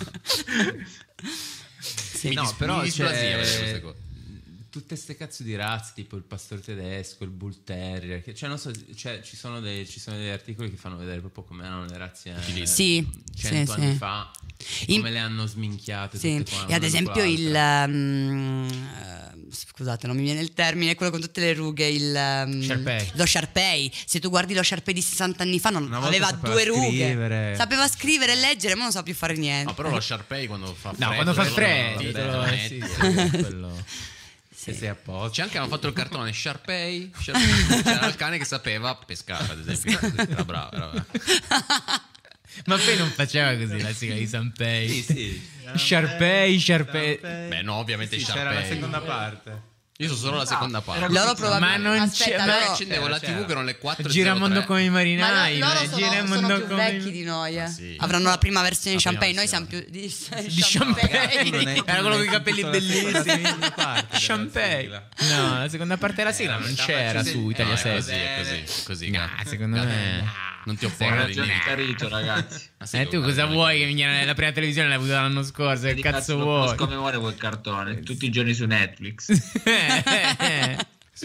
Speaker 3: Sì.
Speaker 4: Mi
Speaker 5: No,
Speaker 4: dis-
Speaker 5: però
Speaker 4: mi displasia
Speaker 5: c'è-
Speaker 4: vedere queste cose.
Speaker 5: tutte ste cazzo di razze tipo il pastore tedesco, il bull terrier, che, cioè non so, cioè, ci sono dei ci sono degli articoli che fanno vedere proprio come erano le razze eh,
Speaker 3: Sì,
Speaker 5: cento
Speaker 3: sì,
Speaker 5: anni
Speaker 3: sì.
Speaker 5: fa,
Speaker 3: In-
Speaker 5: come le hanno sminchiate
Speaker 3: Sì,
Speaker 5: tutte qua,
Speaker 3: e ad
Speaker 5: una dopo
Speaker 3: esempio il
Speaker 5: l'altra.
Speaker 3: ehm, eh, scusate, non mi viene il termine, quello con tutte le rughe, il ehm,
Speaker 1: Sharpei.
Speaker 3: lo Sharpei. Se tu guardi lo Sharpei di sessanta anni fa non
Speaker 5: Una volta
Speaker 3: aveva
Speaker 5: sapeva
Speaker 3: due rughe.
Speaker 5: scrivere.
Speaker 3: Sapeva scrivere e leggere, ma non sa più fare niente.
Speaker 4: No, però lo Sharpei quando fa freddo,
Speaker 1: No, quando fa
Speaker 4: lo
Speaker 1: freddo,
Speaker 4: metti,
Speaker 1: te lo-
Speaker 4: lo
Speaker 1: sì,
Speaker 4: metti.
Speaker 1: sì, quello.
Speaker 5: Se sei a posto.
Speaker 4: C'è anche hanno fatto il cartone Sharpei, Sharpei. C'era il cane che sapeva pescare, ad esempio. Era bravo, era bravo.
Speaker 1: Ma poi non faceva così la sigla di Sanpei.
Speaker 5: Sì, sì.
Speaker 1: Sharpei, Sharpei.
Speaker 4: Beh, no, ovviamente
Speaker 5: Sì,
Speaker 4: Sharpei.
Speaker 5: c'era la seconda parte.
Speaker 4: Io so solo la seconda parte.
Speaker 2: era-
Speaker 3: Loro
Speaker 2: Ma
Speaker 3: probabilmente
Speaker 1: non
Speaker 3: Aspetta,
Speaker 1: c'è-
Speaker 4: Ma
Speaker 3: loro-
Speaker 4: accendevo
Speaker 5: C'era,
Speaker 4: la tivù
Speaker 5: c'era.
Speaker 4: che erano le quattro
Speaker 1: Gira il mondo come i
Speaker 3: Ma
Speaker 1: marinai.
Speaker 3: lo- loro
Speaker 1: eh,
Speaker 3: sono,
Speaker 1: gira il
Speaker 3: sono
Speaker 1: mondo
Speaker 3: più
Speaker 1: come
Speaker 3: vecchi di noi, eh.
Speaker 4: Ah, sì.
Speaker 3: Avranno la prima versione di
Speaker 4: La prima
Speaker 3: Champagne, noi siamo
Speaker 4: versione.
Speaker 3: più di,
Speaker 1: di Champagne.
Speaker 5: Non è-
Speaker 1: Era quello con i capelli
Speaker 5: non è tutta la
Speaker 1: bellissimi.
Speaker 5: seconda parte della
Speaker 1: Champagne.
Speaker 5: sigla.
Speaker 1: No, la seconda parte della sigla
Speaker 5: Eh,
Speaker 1: non
Speaker 5: metà
Speaker 1: c'era
Speaker 5: faccio
Speaker 1: su
Speaker 5: del-
Speaker 1: Italia
Speaker 5: eh,
Speaker 1: sei.
Speaker 4: Così, è così, è così.
Speaker 1: Nah,
Speaker 4: Gatto.
Speaker 1: secondo
Speaker 4: Gatto.
Speaker 1: me-
Speaker 4: Non ti
Speaker 2: Hai
Speaker 4: opporre
Speaker 2: ragione
Speaker 4: all'inizio.
Speaker 2: Carito, ragazzi.
Speaker 4: Ah, sì,
Speaker 1: Eh, tu
Speaker 4: devo
Speaker 1: cosa
Speaker 4: fare
Speaker 1: vuoi che mi viene la prima televisione l'hai avuta l'anno scorso? Che
Speaker 2: Di
Speaker 1: cazzo
Speaker 2: non
Speaker 1: vuoi?
Speaker 2: conosco a memoria quel cartone, tutti i giorni su Netflix.
Speaker 4: Sì,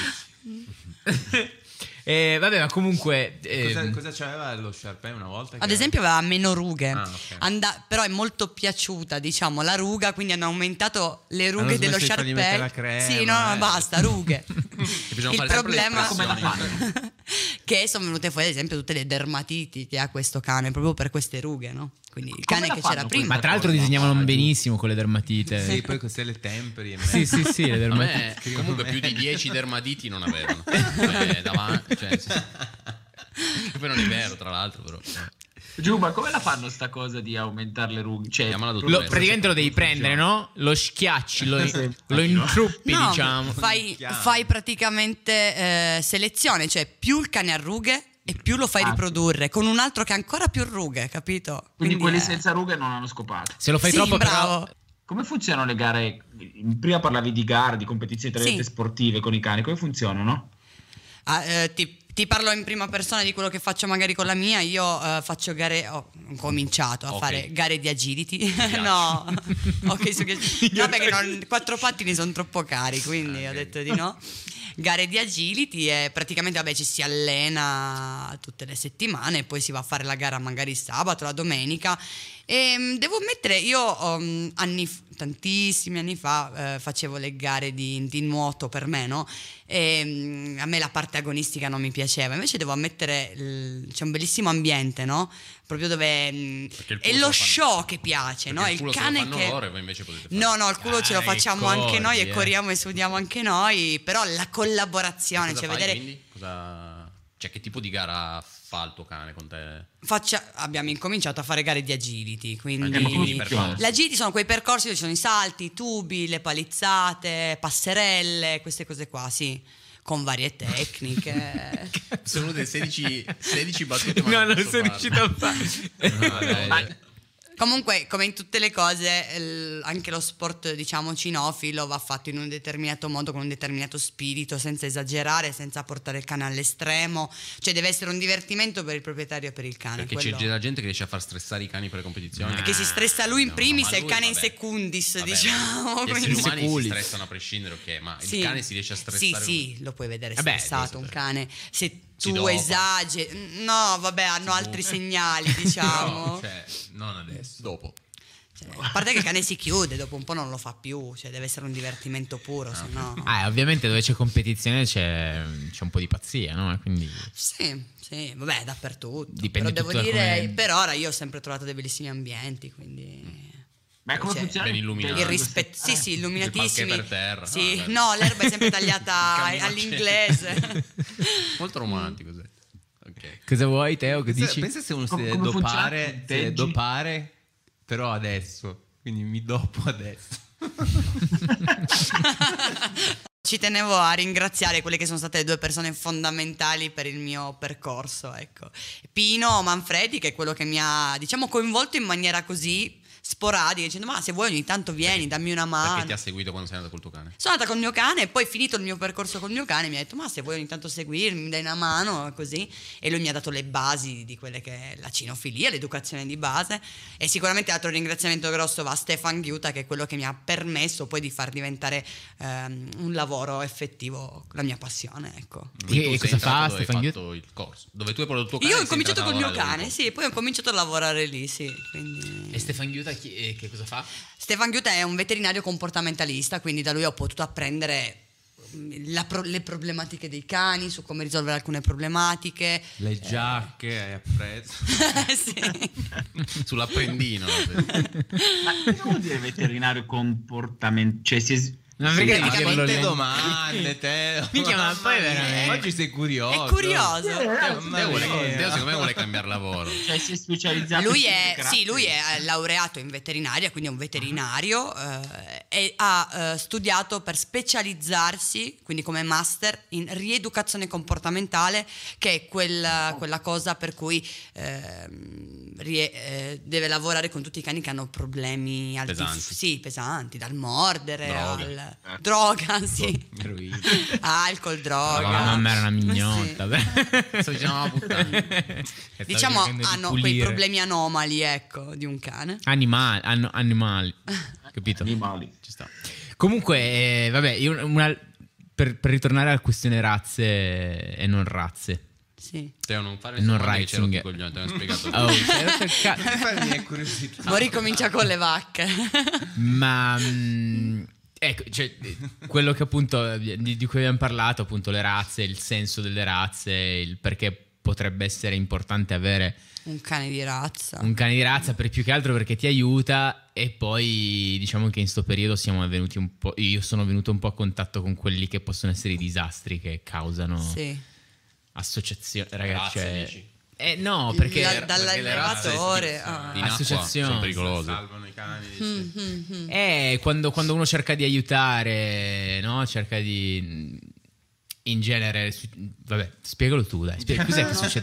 Speaker 4: niente.
Speaker 1: Eh, vabbè, ma comunque eh,
Speaker 5: Cosa, cosa c'aveva lo Sharpei una volta?
Speaker 3: Ad
Speaker 5: che-
Speaker 3: esempio aveva meno rughe,
Speaker 5: Ah, ok.
Speaker 3: Anda- però è molto piaciuta diciamo la ruga, quindi hanno aumentato le rughe
Speaker 5: Hanno
Speaker 3: dello
Speaker 5: smesso di fargli mettere
Speaker 3: Sharpei.
Speaker 5: la crema,
Speaker 3: Sì, no, no,
Speaker 5: eh.
Speaker 3: basta, rughe.
Speaker 4: bisogna
Speaker 3: Il
Speaker 4: fare sempre le
Speaker 3: problema
Speaker 2: Come la
Speaker 4: espressioni.
Speaker 2: fanno?
Speaker 3: che sono venute fuori ad esempio tutte le dermatiti che ha questo cane proprio per queste rughe, no? Quindi il
Speaker 2: Come
Speaker 3: cane
Speaker 2: la
Speaker 3: che c'era
Speaker 2: fanno
Speaker 3: prima.
Speaker 1: ma tra l'altro
Speaker 2: cosa?
Speaker 1: disegnavano
Speaker 2: Ah,
Speaker 1: benissimo con le dermatite.
Speaker 5: Sì, poi cos'è le temperi e
Speaker 1: Sì, sì, sì, le
Speaker 4: A
Speaker 1: dermatite.
Speaker 4: me comunque più di dieci dermatiti non avevano. Cioè, davanti, cioè, sì. Che poi non è vero, tra l'altro, però.
Speaker 2: Giuba, come la fanno sta cosa di aumentare le rughe? Cioè,
Speaker 4: Chiamala
Speaker 1: Lo,
Speaker 4: dottoressa.
Speaker 1: praticamente lo devi prendere, no? Lo schiacci, lo, lo intruppi,
Speaker 3: No,
Speaker 1: diciamo.
Speaker 3: fai,
Speaker 5: Chiaro.
Speaker 3: fai praticamente eh, selezione, cioè più il cane ha rughe e più lo fai
Speaker 2: Ah.
Speaker 3: riprodurre con un altro che ha ancora più rughe, capito?
Speaker 2: quindi quelli
Speaker 3: è-
Speaker 2: senza rughe non hanno scopato.
Speaker 1: Se lo fai
Speaker 3: Sì,
Speaker 1: troppo,
Speaker 3: bravo.
Speaker 1: però.
Speaker 2: come funzionano le gare? Prima parlavi di gare, di competizioni tra
Speaker 3: Sì.
Speaker 2: sportive con i cani, come funzionano?
Speaker 3: Ah, eh, ti, ti parlo in prima persona di quello che faccio magari con la mia. Io eh, faccio gare, ho cominciato a
Speaker 4: Ok.
Speaker 3: fare gare di agility. No, ok, su che- no, perché non- quattro pattini sono troppo cari, quindi
Speaker 4: Ah,
Speaker 3: ho
Speaker 4: ok.
Speaker 3: detto di no. Gare di agility e praticamente vabbè ci si allena tutte le settimane e poi si va a fare la gara magari sabato, la domenica. E mm, devo ammettere, io um, anni, f- tantissimi anni fa eh, facevo le gare di, di nuoto per me, no? E mm, a me la parte agonistica non mi piaceva, invece devo ammettere l- c'è un bellissimo ambiente, no? Proprio dove mm,
Speaker 4: Perché il
Speaker 3: è
Speaker 4: culo
Speaker 3: lo
Speaker 4: se lo fanno-
Speaker 3: show che piace, no?
Speaker 4: Perché
Speaker 3: Il
Speaker 4: il culo se lo
Speaker 3: cane
Speaker 4: fanno
Speaker 3: che
Speaker 4: loro e voi invece potete fare.
Speaker 3: no, no, il culo ce lo
Speaker 1: Ah,
Speaker 3: facciamo
Speaker 1: i
Speaker 3: anche noi e
Speaker 1: corri, eh.
Speaker 3: corriamo e sudiamo anche noi, però la collaborazione,
Speaker 4: Cosa
Speaker 3: cioè
Speaker 4: fai,
Speaker 3: vedere
Speaker 4: quindi? Cosa... Cioè, che tipo di gara fa il tuo cane con te?
Speaker 3: faccia- abbiamo incominciato a fare gare di agility, quindi
Speaker 4: Anche tipo di
Speaker 2: Quindi-
Speaker 4: percorso.
Speaker 3: l'agility sono quei percorsi dove ci sono i salti, i tubi, le palizzate, passerelle, queste cose qua, sì, con varie tecniche.
Speaker 4: Sono venute sedici, sedici battute, ma
Speaker 1: No, non
Speaker 4: posso
Speaker 1: sono
Speaker 4: farle.
Speaker 1: riuscito a fare.
Speaker 4: No, dai, dai.
Speaker 3: Comunque, come in tutte le cose, il- anche lo sport, diciamo, cinofilo va fatto in un determinato modo, con un determinato spirito, senza esagerare, senza portare il cane all'estremo. Cioè deve essere un divertimento per il proprietario e per il cane.
Speaker 4: Perché
Speaker 3: quello-
Speaker 4: c'è della gente che riesce a far stressare i cani per le competizioni.
Speaker 3: Che si stressa lui in
Speaker 4: No,
Speaker 3: primis
Speaker 4: ma
Speaker 3: e il
Speaker 4: lui,
Speaker 3: cane in
Speaker 4: vabbè.
Speaker 3: secundis,
Speaker 4: Vabbè,
Speaker 3: diciamo.
Speaker 4: Gli esseri
Speaker 3: quindi-
Speaker 4: umani si
Speaker 1: Seculi.
Speaker 4: stressano a prescindere, ok, ma
Speaker 3: Sì.
Speaker 4: il cane si riesce a stressare.
Speaker 3: Sì, sì, lo puoi vedere
Speaker 1: Vabbè,
Speaker 3: stressato
Speaker 4: sì,
Speaker 3: un
Speaker 4: sì.
Speaker 3: cane. Se
Speaker 4: Si
Speaker 3: tu
Speaker 4: dopa.
Speaker 3: esageri... No, vabbè, hanno altri segnali, diciamo.
Speaker 5: No, cioè, non adesso.
Speaker 4: Dopo.
Speaker 3: Cioè, a parte che il cane si chiude, dopo un po' non lo fa più, cioè deve essere un divertimento puro, se no...
Speaker 1: Ah, ovviamente dove c'è competizione c'è, c'è un po' di pazzia, no? E quindi
Speaker 3: Sì, sì, vabbè, dappertutto.
Speaker 1: Dipende
Speaker 3: Però devo
Speaker 1: tutto da
Speaker 3: dire,
Speaker 1: come-
Speaker 3: per ora io ho sempre trovato dei bellissimi ambienti, quindi...
Speaker 2: Ma come
Speaker 3: Cioè,
Speaker 2: funziona?
Speaker 4: ben illuminato.
Speaker 3: Il
Speaker 4: Ah,
Speaker 3: rispetto, sì, sì, illuminatissimi.
Speaker 4: Il parquet per terra.
Speaker 3: Sì,
Speaker 4: Ah, bello.
Speaker 3: no, l'erba è sempre tagliata
Speaker 4: Il cammino
Speaker 3: all'inglese.
Speaker 4: Molto romantico, sì. Ok.
Speaker 1: cosa vuoi, Teo? Che
Speaker 5: Pensa,
Speaker 1: dici?
Speaker 5: pensa se uno si
Speaker 2: Com-
Speaker 5: deve
Speaker 2: come funziona?
Speaker 5: dopare, si deve
Speaker 2: Punteggi?
Speaker 5: dopare, però adesso. Quindi mi dopo adesso.
Speaker 3: Ci tenevo a ringraziare quelle che sono state le due persone fondamentali per il mio percorso, ecco. Pino Manfredi, che è quello che mi ha, diciamo, coinvolto in maniera così sporadica, dicendo ma se vuoi ogni tanto vieni, dammi una
Speaker 4: Perché
Speaker 3: mano.
Speaker 4: ti ha seguito quando sei andato col tuo cane?
Speaker 3: Sono andata col mio cane e poi finito il mio percorso col mio cane mi ha detto ma se vuoi ogni tanto seguirmi, mi dai una mano, così. E lui mi ha dato le basi di quelle che è la cinofilia, l'educazione di base. E sicuramente l'altro ringraziamento grosso va a Stefan Ghiuta, che è quello che mi ha permesso poi di far diventare ehm, un lavoro effettivo la mia passione, ecco.
Speaker 4: Quindi
Speaker 1: E
Speaker 4: tu sei
Speaker 1: cosa fa
Speaker 4: entrato dove hai
Speaker 1: Stefan
Speaker 4: fatto il corso? Dove tu hai portato il tuo cane?
Speaker 3: Io ho
Speaker 4: e sei
Speaker 3: cominciato
Speaker 4: entrato
Speaker 3: col
Speaker 4: a
Speaker 3: mio
Speaker 4: lavorare
Speaker 3: cane,
Speaker 4: dopo.
Speaker 3: sì, poi ho cominciato a lavorare lì, sì. Quindi...
Speaker 1: E Stefan Ghiuta chi- eh, che cosa fa?
Speaker 3: Stefan Ghiuta è un veterinario comportamentalista, quindi da lui ho potuto apprendere la pro- le problematiche dei cani, su come risolvere alcune problematiche.
Speaker 5: Le giacche hai appreso.
Speaker 3: Sì.
Speaker 4: Sull'apprendino.
Speaker 2: Ma cosa vuol dire veterinario comportamento? Cioè, si es-
Speaker 1: Non
Speaker 2: si-
Speaker 1: perché
Speaker 5: Ma
Speaker 1: dirlo
Speaker 5: quante
Speaker 1: lento.
Speaker 5: domande, Teo.
Speaker 1: Minchia, ma poi veramente-
Speaker 5: Oggi sei curioso.
Speaker 3: È curioso.
Speaker 5: Mamma
Speaker 4: Teo, vuole,
Speaker 5: mia.
Speaker 4: Teo secondo me vuole cambiare lavoro.
Speaker 2: cioè, si è specializzato
Speaker 3: Lui
Speaker 2: in
Speaker 3: è,
Speaker 2: caratteri.
Speaker 3: sì, lui è laureato in veterinaria, quindi è un veterinario eh, e ha eh, studiato per specializzarsi, quindi come master, in rieducazione comportamentale, che è quella, quella cosa per cui ehm, rie- eh, deve lavorare con tutti i cani che hanno problemi alti-
Speaker 4: Pesanti.
Speaker 3: sì, pesanti, dal mordere
Speaker 4: Droghe.
Speaker 3: al droga, sì.
Speaker 5: Eroina.
Speaker 3: Alcol, droga.
Speaker 1: La mamma era una mignotta.
Speaker 3: Sì.
Speaker 1: beh.
Speaker 4: Sto dicendo una puttana.
Speaker 1: Stavo
Speaker 3: Diciamo
Speaker 1: cercando di
Speaker 3: hanno quei
Speaker 1: pulire.
Speaker 3: problemi anomali, ecco, di un cane.
Speaker 1: Animali, hanno animali. Capito?
Speaker 2: Animali.
Speaker 4: Ci sta.
Speaker 1: Comunque, eh, vabbè, io una- per, per ritornare alla questione razze e non razze.
Speaker 3: Sì.
Speaker 4: Teo, non fare
Speaker 1: Non
Speaker 4: il che c'era
Speaker 1: rising.
Speaker 4: il coglione, te l'ho spiegato.
Speaker 1: Oh, sei rotto il ca-
Speaker 5: Fai mia curiosità.
Speaker 3: Mo ricomincia con le vacche.
Speaker 1: Ma mm, ecco, cioè, quello che appunto di, di cui abbiamo parlato, appunto le razze, il senso delle razze, il perché potrebbe essere importante avere
Speaker 3: Un cane di razza.
Speaker 1: un cane di razza, per più che altro perché ti aiuta. E poi diciamo che in sto periodo siamo venuti un po', io sono venuto un po' a contatto con quelli che possono essere i disastri che causano
Speaker 3: Sì.
Speaker 1: associazioni, ragazzi,
Speaker 4: Razze,
Speaker 1: cioè,
Speaker 4: dici?
Speaker 1: eh no, perché
Speaker 3: La-
Speaker 4: perché
Speaker 3: dall'allevatore.
Speaker 4: le razze
Speaker 3: ah.
Speaker 4: in acqua
Speaker 1: Associazioni.
Speaker 4: sono pericolose.
Speaker 5: Salvano i cani. dici.
Speaker 3: Mm-hmm.
Speaker 1: Eh, quando, quando uno cerca di aiutare, no? Cerca di. In genere. su- Vabbè, spiegalo tu, dai. Spiega, cos'è che succede?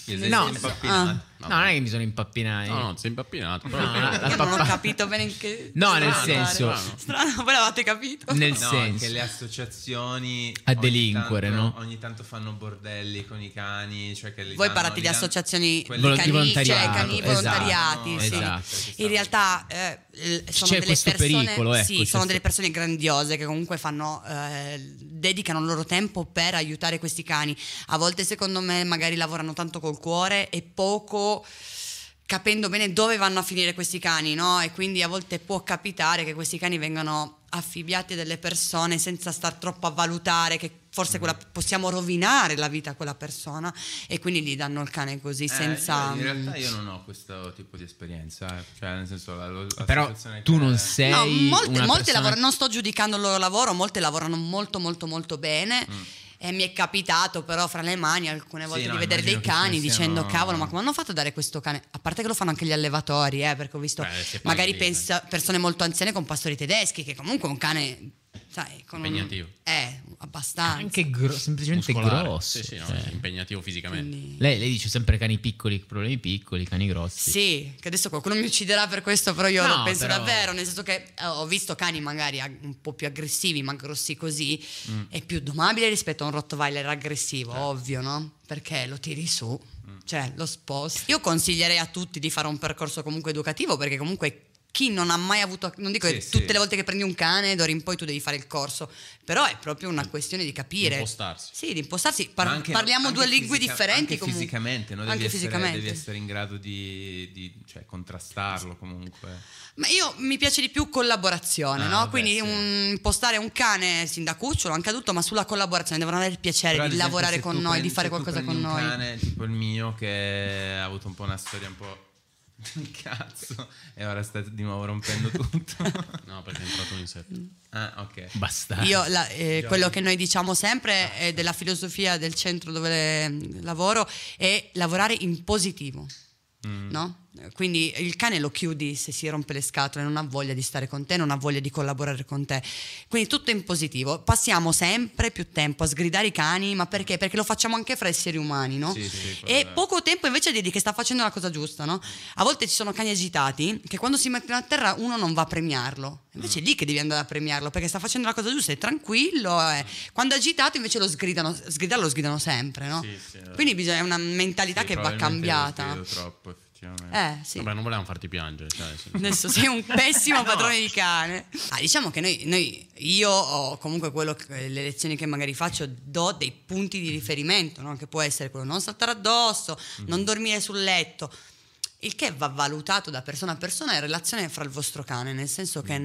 Speaker 5: Io sei
Speaker 1: No,
Speaker 5: impappinato.
Speaker 3: ah.
Speaker 1: No, non è che mi sono impappinato.
Speaker 4: No, no, sei impappinato. Però
Speaker 1: No, la- la
Speaker 3: Io non ho
Speaker 1: pappa-
Speaker 3: capito bene in che...
Speaker 1: No, nel
Speaker 3: strano,
Speaker 1: senso-
Speaker 3: guarda. Strano, voi l'avete capito?
Speaker 1: Nel
Speaker 5: No,
Speaker 1: senso.
Speaker 5: che le associazioni
Speaker 1: A
Speaker 5: ogni
Speaker 1: delinquere,
Speaker 5: tanto-
Speaker 1: no?
Speaker 5: Ogni tanto fanno bordelli con i cani, cioè che li
Speaker 3: Voi
Speaker 5: danno-
Speaker 3: parlate
Speaker 5: li
Speaker 3: di
Speaker 5: danno-
Speaker 3: associazioni
Speaker 5: quelli-
Speaker 1: Volo-
Speaker 3: di
Speaker 1: di
Speaker 3: cani,
Speaker 1: volontariato,
Speaker 3: cioè cani
Speaker 1: esatto,
Speaker 3: volontariati, sì.
Speaker 1: esatto.
Speaker 3: In realtà eh, l- sono
Speaker 1: C'è
Speaker 3: delle
Speaker 1: questo
Speaker 3: persone,
Speaker 1: pericolo, ecco,
Speaker 3: sì,
Speaker 1: c'è
Speaker 3: sono
Speaker 1: sto-
Speaker 3: delle persone grandiose che comunque fanno, eh, dedicano il loro tempo per aiutare questi cani. A volte secondo me magari lavorano tanto col cuore e poco capendo bene dove vanno a finire questi cani, no? E quindi a volte può capitare che questi cani vengano affibbiati a delle persone senza star troppo a valutare che forse quella, possiamo rovinare la vita a quella persona e quindi gli danno il cane così
Speaker 5: Eh,
Speaker 3: senza...
Speaker 5: io in realtà io non ho questo tipo di esperienza, eh. Cioè nel senso la, lo-
Speaker 1: Però
Speaker 5: l'associazione
Speaker 1: tu
Speaker 5: che-
Speaker 1: non sei
Speaker 3: No, molte,
Speaker 1: una
Speaker 3: molte
Speaker 1: persona-
Speaker 3: lavorano, non sto giudicando il loro lavoro, molte lavorano molto molto molto bene.
Speaker 5: Mm.
Speaker 3: E mi è capitato però fra le mani alcune volte
Speaker 5: Sì,
Speaker 3: di
Speaker 5: no,
Speaker 3: vedere dei
Speaker 5: immagino che
Speaker 3: cani
Speaker 5: ce ne
Speaker 3: dicendo
Speaker 5: siano-
Speaker 3: cavolo ma come hanno fatto a dare questo cane, a parte che lo fanno anche gli allevatori, eh, perché ho visto
Speaker 4: Beh, se
Speaker 3: magari
Speaker 4: parli,
Speaker 3: pensa- persone molto anziane con pastori tedeschi che comunque un cane sai, con un-
Speaker 4: Impegnativo.
Speaker 3: eh, abbastanza
Speaker 1: anche gro- semplicemente
Speaker 4: muscolare.
Speaker 1: grosso.
Speaker 4: Sì, sì, no,
Speaker 1: cioè.
Speaker 4: impegnativo fisicamente.
Speaker 3: quindi-
Speaker 1: lei, lei dice sempre cani piccoli, problemi piccoli, cani grossi.
Speaker 3: Sì, che adesso qualcuno mi ucciderà per questo, però io
Speaker 1: No,
Speaker 3: lo penso
Speaker 1: però-
Speaker 3: davvero, nel senso che eh, ho visto cani magari ag- un po' più aggressivi, ma grossi così,
Speaker 1: Mm.
Speaker 3: è più domabile rispetto a un Rottweiler aggressivo, ovvio, no? Perché lo tiri su,
Speaker 1: Mm.
Speaker 3: cioè lo sposti. Io consiglierei a tutti di fare un percorso comunque educativo, perché comunque chi non ha mai avuto, non dico
Speaker 5: Sì,
Speaker 3: che
Speaker 5: sì.
Speaker 3: tutte le volte che prendi un cane d'ora in poi tu devi fare il corso, però è proprio una questione di capire.
Speaker 4: Impostarsi.
Speaker 3: Sì, di impostarsi. Par-
Speaker 5: Ma anche-
Speaker 3: parliamo
Speaker 5: anche
Speaker 3: due lingue
Speaker 5: fisica-
Speaker 3: differenti
Speaker 5: anche
Speaker 3: comunque.
Speaker 5: fisicamente, no? devi,
Speaker 3: Anche
Speaker 5: essere,
Speaker 3: fisicamente.
Speaker 5: devi essere in grado di, di cioè, contrastarlo comunque.
Speaker 3: Ma io mi piace di più collaborazione,
Speaker 5: Ah,
Speaker 3: no?
Speaker 5: vabbè,
Speaker 3: Quindi
Speaker 5: sì.
Speaker 3: un, impostare un cane sin da cucciolo, anche adulto, ma sulla collaborazione, devono avere il piacere
Speaker 5: Però, ad
Speaker 3: di
Speaker 5: esempio,
Speaker 3: lavorare
Speaker 5: se
Speaker 3: con
Speaker 5: tu
Speaker 3: noi,
Speaker 5: prendi-
Speaker 3: di fare
Speaker 5: se tu
Speaker 3: qualcosa
Speaker 5: prendi
Speaker 3: con
Speaker 5: un
Speaker 3: noi.
Speaker 5: cane tipo il mio che ha avuto un po' una storia un po' di cazzo e ora sta di nuovo rompendo tutto.
Speaker 4: No, perché è entrato un insetto.
Speaker 5: Ah, ok.
Speaker 1: Basta.
Speaker 3: Io la- eh, quello che noi diciamo sempre è della filosofia del centro dove eh, lavoro è lavorare in positivo,
Speaker 5: Mm.
Speaker 3: no? Quindi il cane lo chiudi se si rompe le scatole, non ha voglia di stare con te, non ha voglia di collaborare con te. Quindi tutto in positivo. Passiamo sempre più tempo a sgridare i cani, ma perché? Perché lo facciamo anche fra esseri umani, no?
Speaker 5: Sì, sì, quello
Speaker 3: E
Speaker 5: è.
Speaker 3: poco tempo invece a dirgli che sta facendo la cosa giusta, no? A volte ci sono cani agitati che quando si mettono a terra uno non va a premiarlo. Invece è lì che devi andare a premiarlo perché sta facendo la cosa giusta, è tranquillo. eh. Quando è agitato invece lo sgridano, sgridarlo lo sgridano sempre, no?
Speaker 5: Sì, sì,
Speaker 3: Quindi bisogna, è una mentalità
Speaker 5: Sì,
Speaker 3: che va
Speaker 5: probabilmente lo
Speaker 3: cambiata.
Speaker 5: sgrido troppo, effettivamente.
Speaker 3: Eh, sì.
Speaker 4: Vabbè, non volevamo farti piangere. Cioè, sì.
Speaker 3: Adesso sei un pessimo padrone di cane. Ah, diciamo che noi, noi- io o comunque quello che- le lezioni che magari faccio do dei punti di riferimento, no? Che può essere quello non saltare addosso, non dormire sul letto. Il che va valutato da persona a persona in relazione fra il vostro cane, nel senso che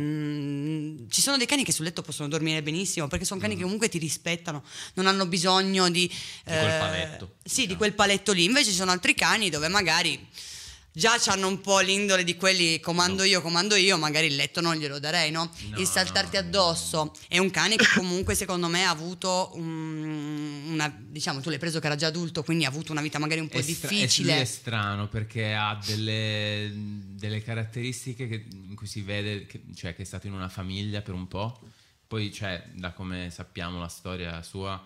Speaker 3: mm, ci sono dei cani che sul letto possono dormire benissimo perché sono cani che comunque ti rispettano, non hanno bisogno di,
Speaker 4: quel paletto,
Speaker 3: Sì,
Speaker 4: diciamo.
Speaker 3: di quel paletto lì. Invece ci sono altri cani dove magari già hanno un po' l'indole di quelli comando io, comando io, magari il letto non glielo darei, no?
Speaker 5: No,
Speaker 3: Il saltarti
Speaker 5: no,
Speaker 3: addosso è un cane che comunque secondo me ha avuto un- una, diciamo, tu l'hai preso che era già adulto, quindi ha avuto una vita magari un po'
Speaker 5: È stra-
Speaker 3: difficile.
Speaker 5: È, lui è strano perché ha delle, delle caratteristiche che- in cui si vede che, cioè, che è stato in una famiglia per un po'. Poi, cioè, da come sappiamo la storia sua,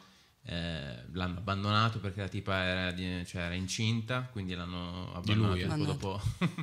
Speaker 5: eh, l'hanno abbandonato perché la tipa era, di- cioè, era incinta, quindi l'hanno abbandonato
Speaker 4: lui, eh?
Speaker 5: tipo dopo.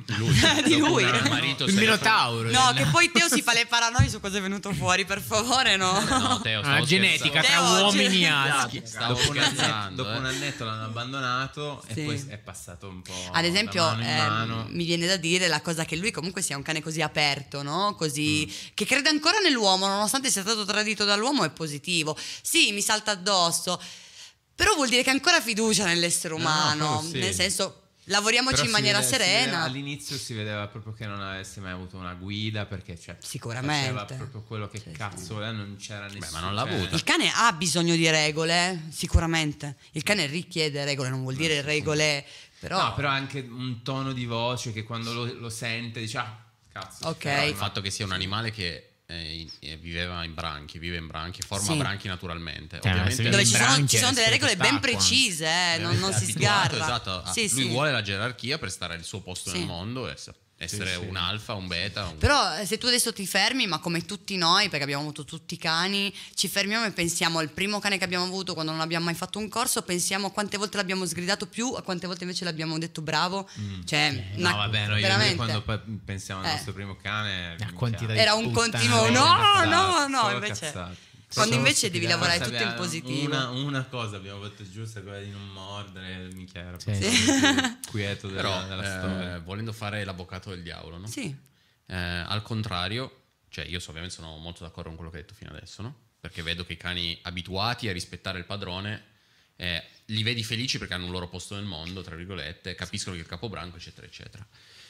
Speaker 3: Di lui.
Speaker 4: Il marito
Speaker 1: il
Speaker 4: se ne
Speaker 1: Minotauro.
Speaker 3: No, che poi Teo si fa le paranoie su cosa è venuto fuori, per favore, no?
Speaker 4: fa- No, Teo,
Speaker 1: Ah,
Speaker 4: stavo
Speaker 1: genetica
Speaker 3: Teo,
Speaker 1: tra uomini
Speaker 3: ge-
Speaker 1: aschi.
Speaker 4: Stavo
Speaker 5: dopo un annetto,
Speaker 4: scherzando,
Speaker 5: dopo
Speaker 4: eh.
Speaker 5: un annetto l'hanno abbandonato
Speaker 3: Sì.
Speaker 5: e poi è passato un po'
Speaker 3: Ad esempio,
Speaker 5: da mano in
Speaker 3: ehm,
Speaker 5: mano.
Speaker 3: mi viene da dire la cosa che lui comunque sia un cane così aperto, no? Così
Speaker 5: Mm.
Speaker 3: che crede ancora nell'uomo, nonostante sia stato tradito dall'uomo, è positivo. Sì, mi salta addosso, però vuol dire che ha ancora fiducia nell'essere
Speaker 5: No,
Speaker 3: umano,
Speaker 5: quello sì.
Speaker 3: nel senso lavoriamoci
Speaker 5: Però
Speaker 3: in
Speaker 5: si
Speaker 3: maniera
Speaker 5: vede- si vede-
Speaker 3: serena.
Speaker 5: all'inizio si vedeva proprio che non avesse mai avuto una guida perché cioè,
Speaker 3: Sicuramente.
Speaker 5: faceva proprio quello che
Speaker 3: Sì,
Speaker 5: cazzo voleva, non c'era nessuno.
Speaker 4: ma non l'ha
Speaker 5: cioè,
Speaker 4: avuta.
Speaker 3: Il cane ha bisogno di regole, eh, sicuramente. Il cane richiede regole, non vuol dire regole, però...
Speaker 5: No, però anche un tono di voce che quando lo, lo sente dice ah, cazzo.
Speaker 3: Ok.
Speaker 5: cioè,
Speaker 4: Il
Speaker 5: ma-
Speaker 4: fatto che sia un animale che eh, in- eh, viveva in branchi, vive in branchi, forma
Speaker 3: Sì.
Speaker 4: branchi naturalmente.
Speaker 1: Cioè,
Speaker 4: Ovviamente
Speaker 1: se
Speaker 3: dove
Speaker 1: in
Speaker 3: ci sono,
Speaker 1: branchi
Speaker 3: ci sono
Speaker 1: è
Speaker 3: delle regole ben
Speaker 1: spirito
Speaker 3: precise, eh, non, non si
Speaker 4: è abituato,
Speaker 3: sgarra.
Speaker 4: esatto, a-
Speaker 3: Sì,
Speaker 4: lui
Speaker 3: sì.
Speaker 4: vuole la gerarchia per stare al suo posto
Speaker 3: Sì.
Speaker 4: nel mondo e, sa- essere
Speaker 2: Sì, sì.
Speaker 4: un alfa, un beta. Un...
Speaker 3: Però eh, se tu adesso ti fermi, ma come tutti noi, perché abbiamo avuto tutti i cani, ci fermiamo e pensiamo al primo cane che abbiamo avuto quando non abbiamo mai fatto un corso, pensiamo a quante volte l'abbiamo sgridato più, a quante volte invece l'abbiamo detto bravo.
Speaker 5: Mm.
Speaker 3: Cioè,
Speaker 5: No,
Speaker 3: una-
Speaker 5: vabbè, noi,
Speaker 3: veramente.
Speaker 5: noi quando poi pensiamo al
Speaker 3: Eh.
Speaker 5: nostro primo cane,
Speaker 1: La
Speaker 5: minchia,
Speaker 1: quantità di
Speaker 3: Era un
Speaker 1: puttane.
Speaker 3: continuo, no,
Speaker 5: cazzate,
Speaker 3: no, no,
Speaker 5: solo
Speaker 3: invece-
Speaker 5: cazzate.
Speaker 3: Quando
Speaker 5: Solo
Speaker 3: invece devi
Speaker 5: stupidate.
Speaker 3: lavorare
Speaker 5: Forse
Speaker 3: tutto in
Speaker 5: abbiamo
Speaker 3: positivo.
Speaker 5: Una, una cosa abbiamo fatto giusta, quella di non mordere, minchia, era
Speaker 1: Sì.
Speaker 5: proprio
Speaker 3: Sì.
Speaker 5: il quieto della,
Speaker 4: Però,
Speaker 5: della
Speaker 4: eh,
Speaker 5: storia.
Speaker 4: volendo fare l'avvocato del diavolo, no?
Speaker 3: Sì.
Speaker 4: Eh, al contrario, cioè io so, ovviamente sono molto d'accordo con quello che hai detto fino adesso, no? Perché vedo che i cani abituati a rispettare il padrone eh, li vedi felici perché hanno un loro posto nel mondo, tra virgolette, capiscono che il capobranco, eccetera, eccetera.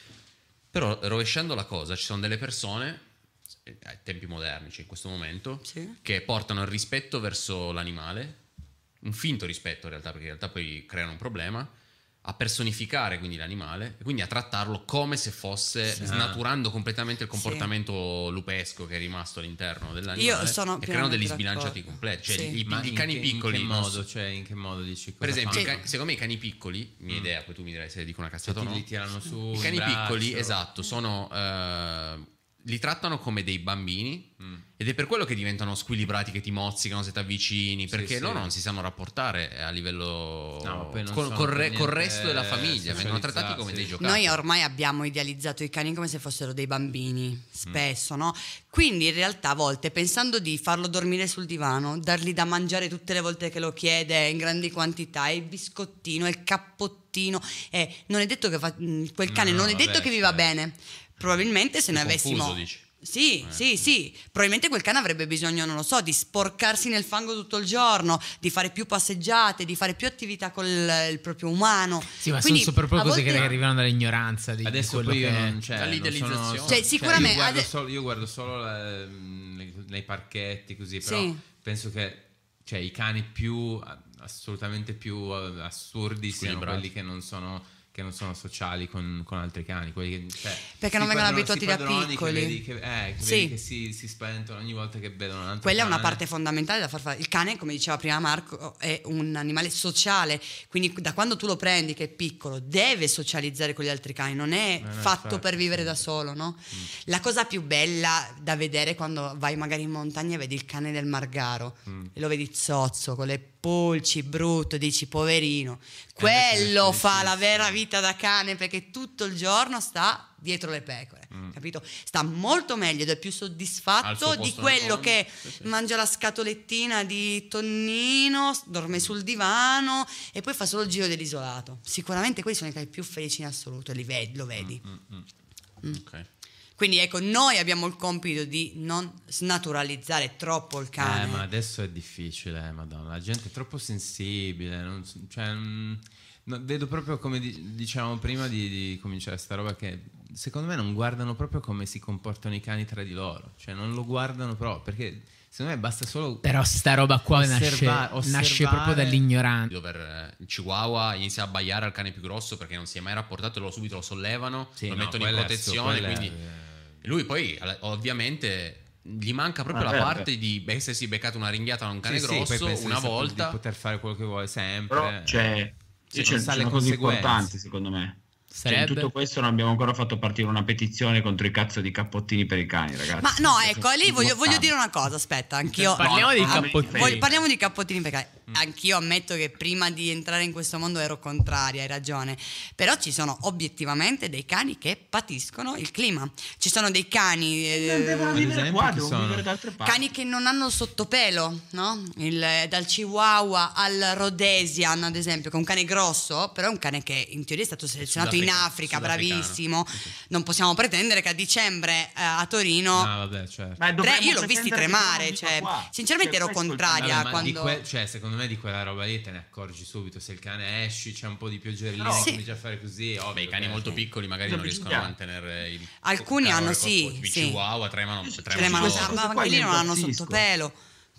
Speaker 4: Però rovesciando la cosa, ci sono delle persone, eh, ai tempi moderni, cioè in questo momento,
Speaker 3: Sì.
Speaker 4: che portano il rispetto verso l'animale, un finto rispetto in realtà, perché in realtà poi creano un problema, a personificare quindi l'animale e quindi a trattarlo come se fosse
Speaker 5: Sì.
Speaker 4: snaturando completamente il comportamento lupesco che è rimasto all'interno dell'animale
Speaker 3: Io sono
Speaker 4: e creano degli
Speaker 3: pienamente
Speaker 4: sbilanciati
Speaker 3: d'accordo.
Speaker 4: completi, cioè
Speaker 3: Sì.
Speaker 4: i,
Speaker 5: Ma
Speaker 4: i
Speaker 5: in
Speaker 4: cani
Speaker 5: che-
Speaker 4: piccoli
Speaker 5: in che
Speaker 4: non
Speaker 5: modo,
Speaker 4: so-
Speaker 5: cioè in che modo dici cosa
Speaker 4: per esempio i
Speaker 5: fanno?
Speaker 4: cani- secondo me i cani piccoli, mia idea, poi tu mi dirai se dico una
Speaker 5: Cioè,
Speaker 4: cazzata o
Speaker 5: ti
Speaker 4: no,
Speaker 5: li tirano su
Speaker 4: i
Speaker 5: in
Speaker 4: cani
Speaker 5: braccio.
Speaker 4: piccoli, esatto, sono eh, li trattano come dei bambini
Speaker 5: Mm.
Speaker 4: ed è per quello che diventano squilibrati, che ti mozzicano se ti avvicini,
Speaker 5: Sì,
Speaker 4: perché
Speaker 5: sì.
Speaker 4: loro non si sanno rapportare a livello
Speaker 5: No, poi non
Speaker 4: col,
Speaker 5: sono
Speaker 4: col
Speaker 5: per
Speaker 4: re- col
Speaker 5: niente
Speaker 4: resto della famiglia, vengono trattati come dei
Speaker 5: socializzati.
Speaker 4: giocattoli.
Speaker 3: Noi ormai abbiamo idealizzato i cani come se fossero dei bambini, spesso, no? Quindi in realtà a volte pensando di farlo dormire sul divano, dargli da mangiare tutte le volte che lo chiede in grandi quantità, il biscottino, il cappottino, eh, non è detto che fa- mh, quel cane
Speaker 5: No,
Speaker 3: non è
Speaker 5: vabbè,
Speaker 3: detto che vi va
Speaker 5: certo.
Speaker 3: bene. Probabilmente se
Speaker 4: Più
Speaker 3: noi avessimo
Speaker 4: confuso, dici?
Speaker 3: Sì,
Speaker 4: Eh.
Speaker 3: sì, sì, probabilmente quel cane avrebbe bisogno, non lo so, di sporcarsi nel fango tutto il giorno, di fare più passeggiate, di fare più attività con il, il proprio umano.
Speaker 1: Sì, ma
Speaker 3: Quindi,
Speaker 1: sono super
Speaker 3: a
Speaker 1: cose che
Speaker 3: volte-
Speaker 1: arrivano dall'ignoranza di, di
Speaker 5: Adesso
Speaker 1: quello
Speaker 5: poi io
Speaker 1: che
Speaker 5: non, cioè,
Speaker 4: Dall'idealizzazione.
Speaker 5: non sono-
Speaker 3: Cioè, sicuramente-
Speaker 5: io guardo
Speaker 3: ade-
Speaker 5: solo, io guardo solo la- nei, nei parchetti così, però
Speaker 3: Sì.
Speaker 5: penso che cioè, i cani più assolutamente più eh, assurdi siano
Speaker 4: Squilibrati.
Speaker 5: quelli che non sono che non sono sociali con, con altri cani, quelli che, cioè,
Speaker 3: Perché
Speaker 5: si
Speaker 3: non vengono
Speaker 5: padroni-
Speaker 3: abituati
Speaker 5: si
Speaker 3: da
Speaker 5: padroni
Speaker 3: piccoli.
Speaker 5: che vedi che, eh, che,
Speaker 3: Sì.
Speaker 5: vedi che si, si spaventano ogni volta che vedono un altro
Speaker 3: Quella è una
Speaker 5: cane.
Speaker 3: parte fondamentale da far fare. Il cane, come diceva prima Marco, è un animale sociale, quindi da quando tu lo prendi che è piccolo deve socializzare con gli altri cani, non è
Speaker 5: Eh, no,
Speaker 3: fatto
Speaker 5: infatti,
Speaker 3: per vivere
Speaker 5: sì.
Speaker 3: da solo, no? La cosa più bella da vedere è quando vai magari in montagna e vedi il cane del Margaro
Speaker 5: Mm.
Speaker 3: e lo vedi zozzo, con le pulci, brutto, dici poverino.
Speaker 5: adesso
Speaker 3: Quello
Speaker 5: è
Speaker 3: fa la
Speaker 5: felicissimo.
Speaker 3: vera vita da cane perché tutto il giorno sta dietro le pecore,
Speaker 5: Mm.
Speaker 3: capito? Sta molto meglio ed è più
Speaker 4: Al suo
Speaker 3: soddisfatto di
Speaker 4: posto nel
Speaker 3: quello
Speaker 4: mondo.
Speaker 3: che
Speaker 4: Sì, sì.
Speaker 3: mangia la scatolettina di tonnino, s- dorme sul divano e poi fa solo il giro dell'isolato. Sicuramente quelli sono i cani più felici in assoluto e li vedi, lo vedi.
Speaker 5: Mm, mm.
Speaker 4: Ok.
Speaker 3: Quindi ecco, noi abbiamo il compito di non snaturalizzare troppo il cane.
Speaker 5: Eh, ma adesso è difficile, eh, madonna, la gente è troppo sensibile, non so- cioè, mm, no, vedo proprio come di- dicevamo prima di, di cominciare sta roba che secondo me non guardano proprio come si comportano i cani tra di loro, cioè non lo guardano proprio, perché secondo me basta solo...
Speaker 1: Però sta roba qua nasce,
Speaker 5: Osserva-
Speaker 1: nasce
Speaker 5: osservare-
Speaker 1: proprio dall'ignoranza.
Speaker 4: Dove eh, il Chihuahua inizia a abbaiare al cane più grosso perché non si è mai rapportato e loro subito lo sollevano,
Speaker 5: Sì,
Speaker 4: lo
Speaker 5: no,
Speaker 4: mettono in
Speaker 5: quella è-
Speaker 4: protezione,
Speaker 5: quella è-
Speaker 4: quindi lui poi alla- ovviamente gli manca proprio
Speaker 2: Ah,
Speaker 4: la
Speaker 2: beh,
Speaker 4: parte di essersi beccato una ringhiata da un cane
Speaker 5: Sì, sì, poi
Speaker 4: grosso
Speaker 5: pensa di
Speaker 4: una
Speaker 5: saper-
Speaker 4: volta.
Speaker 5: di poter fare quello che vuole sempre.
Speaker 2: Però c'è,
Speaker 5: Sì,
Speaker 2: c'è,
Speaker 5: non
Speaker 2: c'è
Speaker 5: sa le
Speaker 2: una cosa
Speaker 5: conseguenze.
Speaker 2: importante secondo me. Cioè, in
Speaker 1: Sarebbe?
Speaker 2: tutto questo non abbiamo ancora fatto partire una petizione contro i cazzo di cappottini per i cani, ragazzi.
Speaker 3: Ma no,
Speaker 2: Questo
Speaker 3: ecco,
Speaker 2: è
Speaker 3: lì voglio, voglio
Speaker 2: importante.
Speaker 3: dire una cosa, aspetta, anch'io...
Speaker 1: Parliamo
Speaker 2: No,
Speaker 1: di
Speaker 2: no, no,
Speaker 1: cappottini.
Speaker 3: Voglio- parliamo di cappottini perché anch'io ammetto che prima di entrare in questo mondo ero contraria, hai ragione, però ci sono obiettivamente dei cani che patiscono il clima, ci sono dei cani, eh,
Speaker 2: Non devono
Speaker 5: Ad
Speaker 2: vivere
Speaker 5: esempio,
Speaker 2: qua,
Speaker 5: chi
Speaker 2: devono
Speaker 5: sono?
Speaker 2: vivere da altre parti.
Speaker 3: cani che non hanno sottopelo, no? Il- dal Chihuahua al Rhodesian ad esempio, che è un cane grosso, però è un cane che in teoria è stato selezionato in
Speaker 4: Sudafrica-
Speaker 3: Africa,
Speaker 4: sudafricano.
Speaker 3: bravissimo, non possiamo pretendere che a dicembre eh, a Torino...
Speaker 5: Ah, vabbè, certo.
Speaker 2: Ma
Speaker 3: Tre-
Speaker 2: dovremmo
Speaker 3: io l'ho visti
Speaker 2: pretendere che
Speaker 3: tremare,
Speaker 2: non
Speaker 3: cioè,
Speaker 2: viva qua.
Speaker 3: sinceramente
Speaker 2: Cioè,
Speaker 3: ero
Speaker 2: questo è il
Speaker 3: contraria
Speaker 5: Vabbè, ma di
Speaker 3: quando...
Speaker 5: que- cioè, secondo me di quella roba lì te ne accorgi subito. Se il cane esci, c'è un po' di pioggerellina,
Speaker 2: Però-
Speaker 3: Sì.
Speaker 5: cominci a fare così. Ovvio,
Speaker 4: Beh, i cani
Speaker 5: che-
Speaker 4: molto piccoli magari
Speaker 2: Cosa
Speaker 4: non riescono
Speaker 2: bisogna?
Speaker 4: a mantenere il
Speaker 3: Alcuni
Speaker 4: calore
Speaker 3: hanno,
Speaker 4: al
Speaker 3: sì,
Speaker 4: corpo, tipo i
Speaker 3: sì.
Speaker 4: Chihuahua tremano,
Speaker 2: Sì, sì,
Speaker 4: tremano
Speaker 3: Tremano,
Speaker 2: queste
Speaker 3: ma
Speaker 2: cose
Speaker 3: ma
Speaker 2: qua
Speaker 3: quelli
Speaker 2: mi
Speaker 3: non hanno
Speaker 2: impazzisco.
Speaker 3: sottopelo.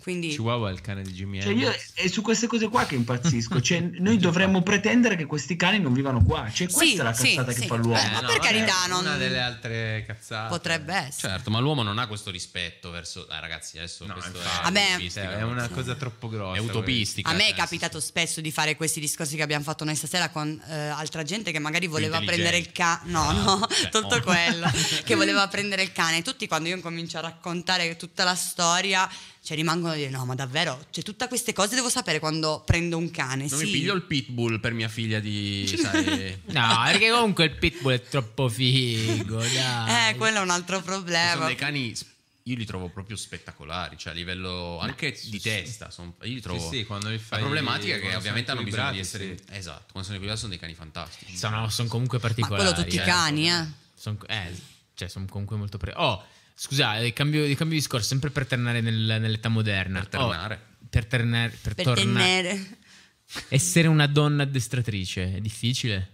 Speaker 3: Quindi
Speaker 5: Chihuahua è il cane di Jimi
Speaker 2: Cioè io
Speaker 5: Hendrix.
Speaker 2: è su queste cose qua che impazzisco. Cioè, noi dovremmo pretendere che questi cani non vivano qua. Cioè, questa
Speaker 3: Sì,
Speaker 2: è la
Speaker 3: sì,
Speaker 2: cazzata che
Speaker 3: sì.
Speaker 2: fa l'uomo.
Speaker 3: Eh, ma per carità, non-
Speaker 5: Una delle altre cazzate.
Speaker 3: potrebbe essere.
Speaker 4: Certo, ma l'uomo non ha questo rispetto verso... Dai ragazzi, adesso
Speaker 5: No,
Speaker 4: questo
Speaker 5: infatti.
Speaker 4: è
Speaker 3: Vabbè.
Speaker 4: utopistica,
Speaker 5: Cioè, è una cosa troppo grossa.
Speaker 4: è utopistica.
Speaker 3: A me è
Speaker 4: eh,
Speaker 3: capitato spesso di fare questi discorsi che abbiamo fatto noi stasera con eh, altra gente che magari voleva
Speaker 4: intelligente.
Speaker 3: prendere il cane. No,
Speaker 4: Ah,
Speaker 3: no,
Speaker 4: cioè,
Speaker 3: tutto
Speaker 4: oh.
Speaker 3: quello. Che voleva prendere il cane. E tutti quando io comincio a raccontare tutta la storia, cioè rimangono a dire no, ma davvero? Cioè tutte queste cose devo sapere quando prendo un cane.
Speaker 4: Non
Speaker 3: sì.
Speaker 4: mi piglio il pitbull per mia figlia di... sai...
Speaker 1: No, perché comunque il pitbull è troppo figo, dai.
Speaker 3: Eh, quello è un altro
Speaker 4: Sono
Speaker 3: problema.
Speaker 4: dei cani... Io li trovo proprio spettacolari, cioè a livello anche di testa. Son, io li trovo.
Speaker 5: Sì, sì, quando li fai-
Speaker 4: La problematica è che
Speaker 5: quando
Speaker 4: ovviamente
Speaker 5: sono
Speaker 4: hanno bisogno di
Speaker 5: equilibrati,
Speaker 4: essere.
Speaker 5: sì.
Speaker 4: Esatto, quando sono equilibrati sono dei cani fantastici.
Speaker 1: Sono, sono comunque
Speaker 3: Ma
Speaker 1: particolari.
Speaker 3: quello tutti i
Speaker 1: eh.
Speaker 3: cani, eh.
Speaker 1: Sono, eh, cioè, sono comunque molto pre... Oh, scusa, eh, cambio, cambio discorso, sempre per tornare nel- nell'età moderna.
Speaker 4: Per tornare.
Speaker 1: Oh, per tornare. Per,
Speaker 3: Per
Speaker 1: tornare.
Speaker 3: tenere.
Speaker 1: Essere una donna addestratrice è difficile?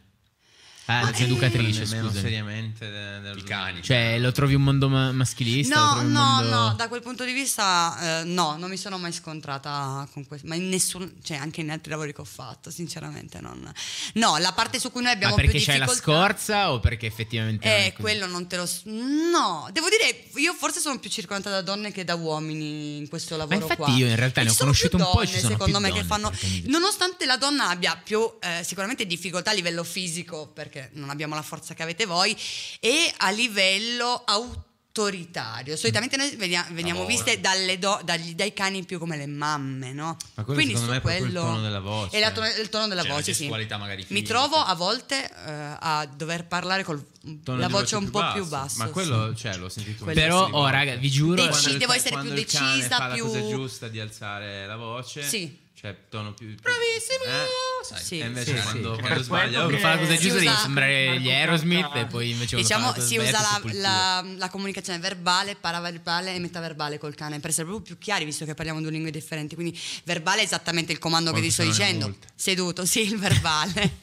Speaker 1: Ah,
Speaker 3: Ma, eh,
Speaker 1: educatrice,
Speaker 5: Meno
Speaker 1: scusa.
Speaker 5: seriamente de- del-
Speaker 4: I cani.
Speaker 1: Cioè, lo trovi un mondo ma- maschilista? lo
Speaker 3: No,
Speaker 1: trovi un
Speaker 3: no,
Speaker 1: mondo...
Speaker 3: no, da quel punto di vista eh, no, non mi sono mai scontrata con questo, ma in nessun, cioè anche in altri lavori che ho fatto, sinceramente non. No, la parte su cui noi abbiamo
Speaker 1: Ma perché
Speaker 3: più
Speaker 1: c'hai la
Speaker 3: difficoltà
Speaker 1: scorza o perché effettivamente non
Speaker 3: Eh,
Speaker 1: è così?
Speaker 3: quello non te lo s- no, devo dire, io forse sono più circondata da donne che da uomini in questo lavoro
Speaker 1: infatti
Speaker 3: qua.
Speaker 1: io in realtà
Speaker 3: E
Speaker 1: ne
Speaker 3: ci
Speaker 1: ho
Speaker 3: sono più
Speaker 1: conosciuto un po' e ci
Speaker 3: donne,
Speaker 1: sono
Speaker 3: secondo
Speaker 1: più
Speaker 3: me che
Speaker 1: donne,
Speaker 3: fanno
Speaker 1: porca miseria.
Speaker 3: nonostante la donna abbia più eh, sicuramente difficoltà a livello fisico perché non abbiamo la forza che avete voi e a livello autoritario. Solitamente noi venia- veniamo
Speaker 4: Lavoro.
Speaker 3: viste dalle do- dagli- dai cani più come le mamme, no?
Speaker 5: Ma quello
Speaker 3: Quindi
Speaker 5: secondo
Speaker 3: su
Speaker 5: me è proprio il
Speaker 3: quello
Speaker 5: tono della voce.
Speaker 3: È la to- il tono della
Speaker 4: Cioè, la
Speaker 3: voce, sì.
Speaker 4: gestualità magari
Speaker 3: Mi
Speaker 4: fisica.
Speaker 3: trovo a volte eh, a dover parlare con
Speaker 5: Tono
Speaker 3: la
Speaker 5: di
Speaker 3: voce un po'
Speaker 5: basso.
Speaker 3: più bassa.
Speaker 5: Ma
Speaker 3: sì.
Speaker 5: quello, cioè, l'ho sentito un
Speaker 3: Quello
Speaker 1: Però,
Speaker 5: sacco di
Speaker 1: oh
Speaker 5: volte.
Speaker 1: raga, vi giuro...
Speaker 3: Deci-
Speaker 5: Quando il
Speaker 3: devo
Speaker 5: ca-
Speaker 3: essere
Speaker 5: quando
Speaker 3: più
Speaker 5: il cane
Speaker 3: decisa,
Speaker 5: fa
Speaker 3: più-
Speaker 5: la cosa giusta di alzare la voce.
Speaker 3: Sì.
Speaker 5: Cioè, tono più...
Speaker 4: Bravissimo!
Speaker 5: Eh?
Speaker 4: Sai.
Speaker 3: Sì.
Speaker 5: E invece
Speaker 1: Sì,
Speaker 5: quando,
Speaker 1: sì.
Speaker 5: quando
Speaker 2: Per
Speaker 5: sbaglia...
Speaker 2: quello
Speaker 5: oh,
Speaker 1: Quando fa la cosa
Speaker 3: Si
Speaker 1: giusta
Speaker 3: usa-
Speaker 1: devi sembrare gli Aerosmith e poi invece quando fa
Speaker 3: Diciamo
Speaker 1: la cosa
Speaker 3: si
Speaker 1: sbagliata
Speaker 3: usa la,
Speaker 1: sepoltura.
Speaker 3: la, la comunicazione verbale, paraverbale e metaverbale col cane per essere proprio più chiari visto che parliamo due lingue differenti. Quindi verbale è esattamente il comando
Speaker 5: Quando
Speaker 3: che ti sto
Speaker 5: sono le
Speaker 3: dicendo.
Speaker 5: multe.
Speaker 3: Seduto, sì, il verbale.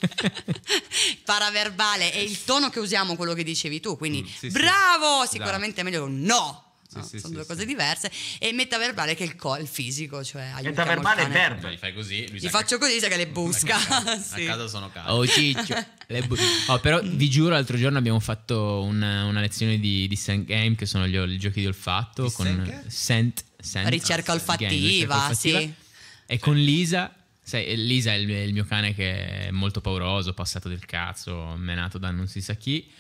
Speaker 3: Paraverbale è il tono che usiamo, quello che dicevi tu. Quindi
Speaker 5: Mm, sì, sì.
Speaker 3: bravo, sicuramente è meglio che un no.
Speaker 5: Sì,
Speaker 3: No,
Speaker 5: sì,
Speaker 3: sono
Speaker 5: sì,
Speaker 3: due
Speaker 5: sì.
Speaker 3: cose diverse. E metaverbale che è il, co- il fisico, cioè aiutiamo
Speaker 2: Metaverbale
Speaker 3: il
Speaker 2: è
Speaker 3: cane.
Speaker 2: verbo.
Speaker 4: Cioè, gli fai così, lui
Speaker 3: Gli
Speaker 4: sa
Speaker 3: faccio
Speaker 4: che-
Speaker 3: così, sai che le busca.
Speaker 4: A
Speaker 3: Sì.
Speaker 4: casa sono cane.
Speaker 1: Oh ciccio. Le bu- oh, però vi giuro l'altro giorno abbiamo fatto una, una lezione di, di Scent Game che sono gli, i giochi di olfatto
Speaker 5: Di
Speaker 1: con
Speaker 5: Scent che?
Speaker 1: Scent, Scent
Speaker 3: Ricerca
Speaker 1: Scent Game,
Speaker 3: olfattiva,
Speaker 1: ricerca olfattiva.
Speaker 3: sì.
Speaker 1: E con Lisa sai, Lisa è il, il mio cane che è molto pauroso, passato del cazzo, menato da non si sa chi.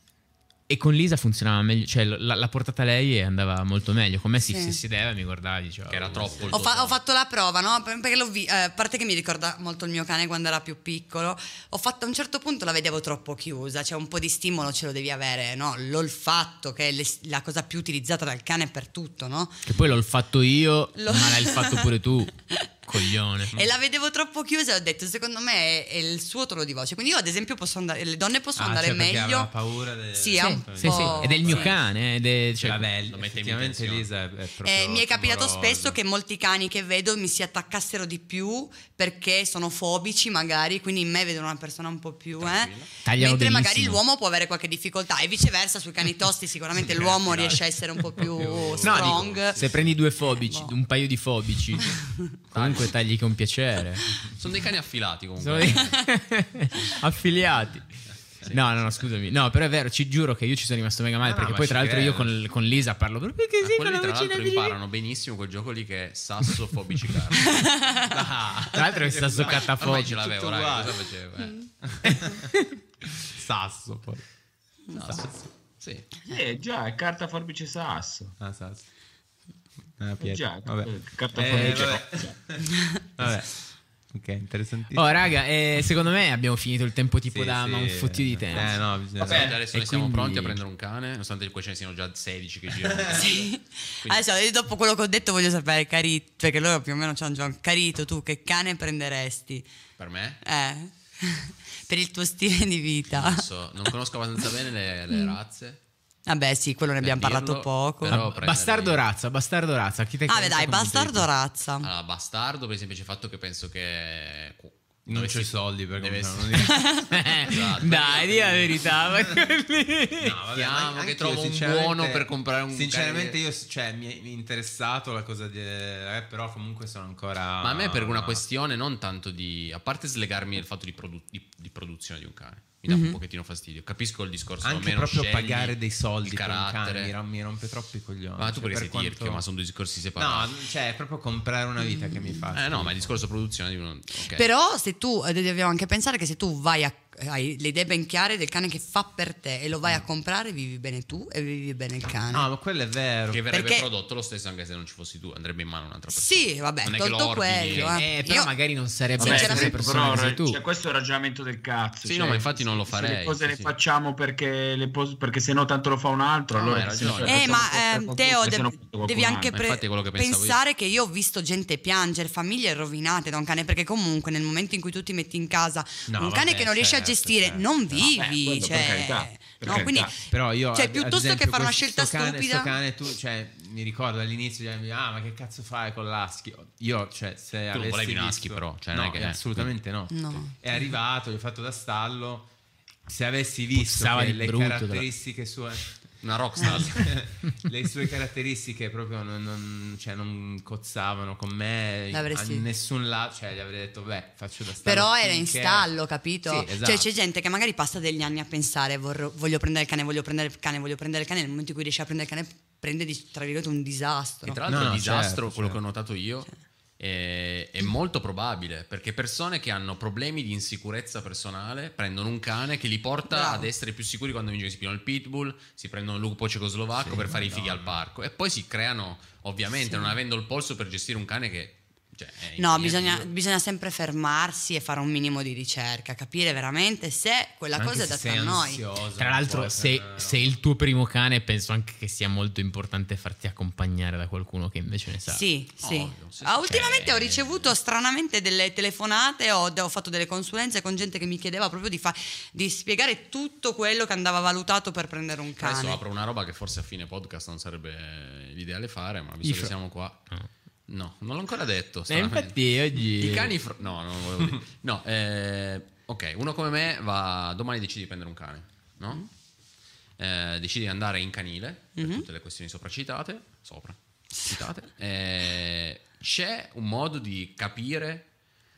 Speaker 1: E con Lisa funzionava meglio, cioè la, la portata lei e andava molto meglio. Con me si,
Speaker 3: Sì.
Speaker 1: si sedeva e mi guardava e diceva
Speaker 4: Che era
Speaker 1: "Oh,
Speaker 4: troppo il
Speaker 3: Ho,
Speaker 4: tuo
Speaker 3: fa-
Speaker 4: tono.
Speaker 3: ho fatto la prova, no? Per- Perché l'ho vi- eh, a parte che mi ricorda molto il mio cane quando era più piccolo. Ho fatto a un certo punto la vedevo troppo chiusa, cioè un po' di stimolo ce lo devi avere, no? L'olfatto, che è le- la cosa più utilizzata dal cane per tutto, no?
Speaker 1: Che poi l'ho fatto io,
Speaker 3: Lo-
Speaker 1: ma l'hai fatto pure tu, coglione.
Speaker 3: E la vedevo troppo chiusa e ho detto, secondo me è, è il suo tono di voce. Quindi io ad esempio posso andare, le donne possono
Speaker 5: Ah,
Speaker 3: andare
Speaker 5: cioè, perché
Speaker 3: meglio.
Speaker 5: aveva paura del-
Speaker 3: Sì, ha un
Speaker 1: Sì,
Speaker 3: po'.
Speaker 1: sì, ed è il mio
Speaker 3: sì.
Speaker 1: cane, ed è, cioè,
Speaker 5: Vabbè,
Speaker 4: lo mette in
Speaker 5: effettivamente
Speaker 4: tensione.
Speaker 5: Lisa è, è proprio
Speaker 3: Eh, mi è capitato
Speaker 5: timorosa.
Speaker 3: spesso che molti cani che vedo mi si attaccassero di più perché sono fobici magari, quindi in me vedono una persona un po' più eh.
Speaker 1: Tagliano
Speaker 3: Mentre magari
Speaker 1: benissimo.
Speaker 3: l'uomo può avere qualche difficoltà e viceversa sui cani tosti sicuramente l'uomo riesce a essere un po' più
Speaker 1: no,
Speaker 3: strong.
Speaker 1: dico, se prendi due fobici,
Speaker 3: Boh.
Speaker 1: un paio di fobici, comunque tagli con piacere.
Speaker 4: Sono dei cani affilati comunque.
Speaker 1: Sono dei- affiliati. No, no, no, scusami. No, però è vero, ci giuro che io ci sono rimasto mega male.
Speaker 5: No,
Speaker 1: perché
Speaker 5: ma
Speaker 1: poi,
Speaker 5: ci
Speaker 1: tra l'altro, io
Speaker 5: credo.
Speaker 1: con, con Lisa parlo proprio così.
Speaker 4: Ah,
Speaker 1: con
Speaker 4: quelli
Speaker 1: la
Speaker 4: tra
Speaker 1: vocina
Speaker 4: l'altro
Speaker 1: vicina.
Speaker 4: imparano benissimo quel gioco lì che è sasso fobici carne.
Speaker 1: Tra l'altro, è sta soccata
Speaker 4: Ormai
Speaker 1: fuori.
Speaker 4: ce l'avevo,
Speaker 5: Tutto
Speaker 4: raga,
Speaker 5: uguale.
Speaker 4: cosa facevo? Eh.
Speaker 5: Sasso poi.
Speaker 4: Sasso. Sì.
Speaker 2: Eh già, è carta forbice sasso.
Speaker 5: Ah, Sasso. Ah,
Speaker 2: Eh,
Speaker 5: Pietro.
Speaker 2: già,
Speaker 5: Vabbè.
Speaker 2: eh, carta
Speaker 5: Eh,
Speaker 2: forbice
Speaker 5: vabbè. Vabbè. Ok, interessantissimo.
Speaker 1: Oh, raga, eh, secondo me abbiamo finito il tempo tipo
Speaker 5: Sì,
Speaker 1: da
Speaker 5: sì.
Speaker 1: ma un fottio di tempo.
Speaker 5: Eh, no, bisogna...
Speaker 4: Vabbè, adesso
Speaker 1: e
Speaker 4: noi siamo
Speaker 1: quindi-
Speaker 4: pronti a prendere un cane, nonostante poi ce ne siano già sedici che girano.
Speaker 3: Sì. Adesso dopo quello che ho detto voglio sapere Carito, perché loro più o meno c'hanno già un Carito, tu che cane prenderesti?
Speaker 4: Per me?
Speaker 3: Eh. Per il tuo stile di vita.
Speaker 4: Adesso non conosco abbastanza bene le, le razze.
Speaker 3: Vabbè, sì, quello ne
Speaker 4: Per
Speaker 3: abbiamo parlato
Speaker 4: dirlo,
Speaker 3: poco.
Speaker 4: però-
Speaker 1: Ah,
Speaker 4: prenderei-
Speaker 1: bastardo razza, bastardo razza. Chi te
Speaker 3: Ah,
Speaker 1: che
Speaker 3: beh,
Speaker 1: sta
Speaker 3: dai,
Speaker 1: convinto di
Speaker 3: bastardo
Speaker 1: più?
Speaker 3: razza.
Speaker 4: Allora, bastardo per il semplice fatto che penso che qu-
Speaker 5: Non
Speaker 4: Dovessi-
Speaker 5: c'ho i soldi per
Speaker 4: deve
Speaker 5: comprare
Speaker 4: essere- Esatto.
Speaker 1: Dai, di la verità. ma quelli-
Speaker 5: No, vabbè,
Speaker 4: Vediamo
Speaker 5: ma
Speaker 4: che
Speaker 5: anche
Speaker 4: trovo
Speaker 5: io,
Speaker 4: un
Speaker 5: sinceramente-
Speaker 4: buono per comprare un
Speaker 5: Sinceramente
Speaker 4: cane-
Speaker 5: io, cioè, mi è mi è interessato la cosa di eh, però comunque sono ancora.
Speaker 4: Ma a me per una questione non tanto di... A parte slegarmi il fatto di, produ- di- di produzione di un cane. Mi dà un pochettino fastidio. Capisco il discorso.
Speaker 5: Anche
Speaker 4: meno
Speaker 5: proprio
Speaker 4: scegli,
Speaker 5: pagare dei soldi
Speaker 4: il
Speaker 5: per un cane
Speaker 4: carattere.
Speaker 5: mi, rom- mi rompe troppo i coglioni.
Speaker 4: Ma tu
Speaker 5: Cioè,
Speaker 4: perché
Speaker 5: per
Speaker 4: sei
Speaker 5: quanto-
Speaker 4: tirchio, ma sono due discorsi separati.
Speaker 5: No, cioè è proprio comprare una vita che mi fa.
Speaker 4: Eh no, ma il
Speaker 5: schifo.
Speaker 4: discorso produzione di uno... ok.
Speaker 3: Però se tu eh, dobbiamo anche pensare che se tu vai a hai le idee ben chiare del cane che fa per te e lo vai a comprare, vivi bene tu e vivi bene il cane.
Speaker 5: No, ma quello è vero.
Speaker 4: Che verrebbe
Speaker 3: perché-
Speaker 4: prodotto lo stesso anche se non ci fossi tu, andrebbe in mano un'altra persona.
Speaker 3: Sì, vabbè,
Speaker 4: Non è che lo
Speaker 3: tolto
Speaker 4: ordini,
Speaker 3: quello.
Speaker 1: Eh,
Speaker 3: eh.
Speaker 1: però
Speaker 3: Io-
Speaker 1: magari non sarebbe
Speaker 2: Vabbè,
Speaker 1: la stessa
Speaker 3: Sinceramente-
Speaker 1: persona che
Speaker 2: però,
Speaker 1: sei tu.
Speaker 2: cioè, questo è un ragionamento del cazzo.
Speaker 4: Sì,
Speaker 2: cioè,
Speaker 4: no, ma infatti non lo
Speaker 2: se
Speaker 4: farei,
Speaker 2: le cose
Speaker 4: sì,
Speaker 2: le
Speaker 4: sì.
Speaker 2: facciamo perché, le pos- perché se no tanto lo fa un altro.
Speaker 4: No,
Speaker 2: allora
Speaker 4: hai
Speaker 2: se no-
Speaker 4: ragione.
Speaker 3: Eh,
Speaker 2: facciamo
Speaker 3: ma
Speaker 2: per
Speaker 3: ehm,
Speaker 2: qualcuno,
Speaker 3: Teo,
Speaker 2: se
Speaker 3: de-
Speaker 2: no per qualcun
Speaker 3: devi anche
Speaker 2: altro.
Speaker 4: Ma
Speaker 3: pre-
Speaker 4: infatti è quello che pensavo
Speaker 3: pensare che io ho visto gente piangere, famiglie rovinate da un cane, perché comunque nel momento in cui tu ti metti in casa
Speaker 5: No,
Speaker 3: un cane
Speaker 5: vabbè,
Speaker 3: che non riesci a
Speaker 5: certo,
Speaker 3: gestire,
Speaker 5: certo.
Speaker 3: non
Speaker 2: No, beh,
Speaker 3: vivi.
Speaker 2: quello per
Speaker 3: cioè,
Speaker 2: carità, per
Speaker 3: no,
Speaker 2: carità.
Speaker 3: quindi,
Speaker 5: Però io
Speaker 3: cioè,
Speaker 5: ad- ad
Speaker 3: piuttosto
Speaker 5: esempio,
Speaker 3: che fare una
Speaker 5: questo
Speaker 3: scelta
Speaker 5: cane,
Speaker 3: stupida,
Speaker 5: sto cane, tu, cioè, mi ricordo all'inizio dicevi, ah, ma che cazzo fai con l'husky? Io, cioè, se
Speaker 4: non
Speaker 5: avessi
Speaker 4: volevi un
Speaker 5: visto-
Speaker 4: husky, però, cioè,
Speaker 5: no,
Speaker 4: non è che-
Speaker 5: assolutamente no.
Speaker 3: No.
Speaker 5: È arrivato, gli ho fatto da stallo. Se avessi visto
Speaker 1: Puzzava
Speaker 5: che
Speaker 1: di
Speaker 5: le
Speaker 1: brutto,
Speaker 5: caratteristiche sue
Speaker 4: una rockstar.
Speaker 5: le sue caratteristiche proprio non, non- cioè, non cozzavano con me a
Speaker 3: L'avresti-
Speaker 5: nessun lato, cioè gli avrei detto beh faccio da stallo
Speaker 3: però era in
Speaker 5: finché-
Speaker 3: stallo, capito?
Speaker 5: Sì, esatto.
Speaker 3: Cioè c'è gente che magari passa degli anni a pensare vorrò- voglio prendere il cane, voglio prendere il cane, voglio prendere il cane, nel momento in cui riesce a prendere il cane prende di- tra virgolette un disastro.
Speaker 4: E tra l'altro
Speaker 5: No,
Speaker 4: il
Speaker 5: no,
Speaker 4: disastro,
Speaker 5: certo,
Speaker 4: quello
Speaker 5: certo.
Speaker 4: che ho notato io, è, è molto probabile, perché persone che hanno problemi di insicurezza personale prendono un cane che li porta
Speaker 3: Bravo.
Speaker 4: ad essere più sicuri quando vincono, si pigliano il pitbull, si prendono il lupo cecoslovacco
Speaker 5: Sì,
Speaker 4: per fare i fighi
Speaker 5: Madonna.
Speaker 4: al parco e poi si creano, ovviamente
Speaker 3: Sì.
Speaker 4: non avendo il polso per gestire un cane che... Cioè, è
Speaker 3: No,
Speaker 4: impegnativo.
Speaker 3: bisogna, bisogna sempre fermarsi e fare un minimo di ricerca, capire veramente se quella
Speaker 5: Anche
Speaker 3: cosa è
Speaker 5: se
Speaker 3: data
Speaker 5: sei
Speaker 3: a noi.
Speaker 5: ansioso,
Speaker 1: Tra
Speaker 5: non
Speaker 1: l'altro,
Speaker 5: puoi
Speaker 1: se,
Speaker 5: prendere-
Speaker 1: se è il tuo primo cane, penso anche che sia molto importante farti accompagnare da qualcuno che invece ne sa.
Speaker 3: Sì, sì.
Speaker 4: Ovvio, sì,
Speaker 3: Ah,
Speaker 4: sì.
Speaker 3: ultimamente
Speaker 1: Cioè-
Speaker 3: ho ricevuto stranamente delle telefonate, ho, ho fatto delle consulenze con gente che mi chiedeva proprio di, fa- di spiegare tutto quello che andava valutato per prendere un cane.
Speaker 4: Adesso apro una roba che forse a fine podcast non sarebbe l'ideale fare, ma visto
Speaker 1: I
Speaker 4: che
Speaker 1: fro-
Speaker 4: siamo qua...
Speaker 1: No.
Speaker 4: No, non l'ho ancora detto.
Speaker 1: Eh,
Speaker 4: stranamente.
Speaker 1: infatti oggi...
Speaker 4: I cani... fro- no, non volevo dire. No, eh, ok, uno come me va... Domani decide di prendere un cane, no? Eh, decide di andare in canile, per tutte le questioni sopracitate, sopra, citate. Eh, c'è un modo di capire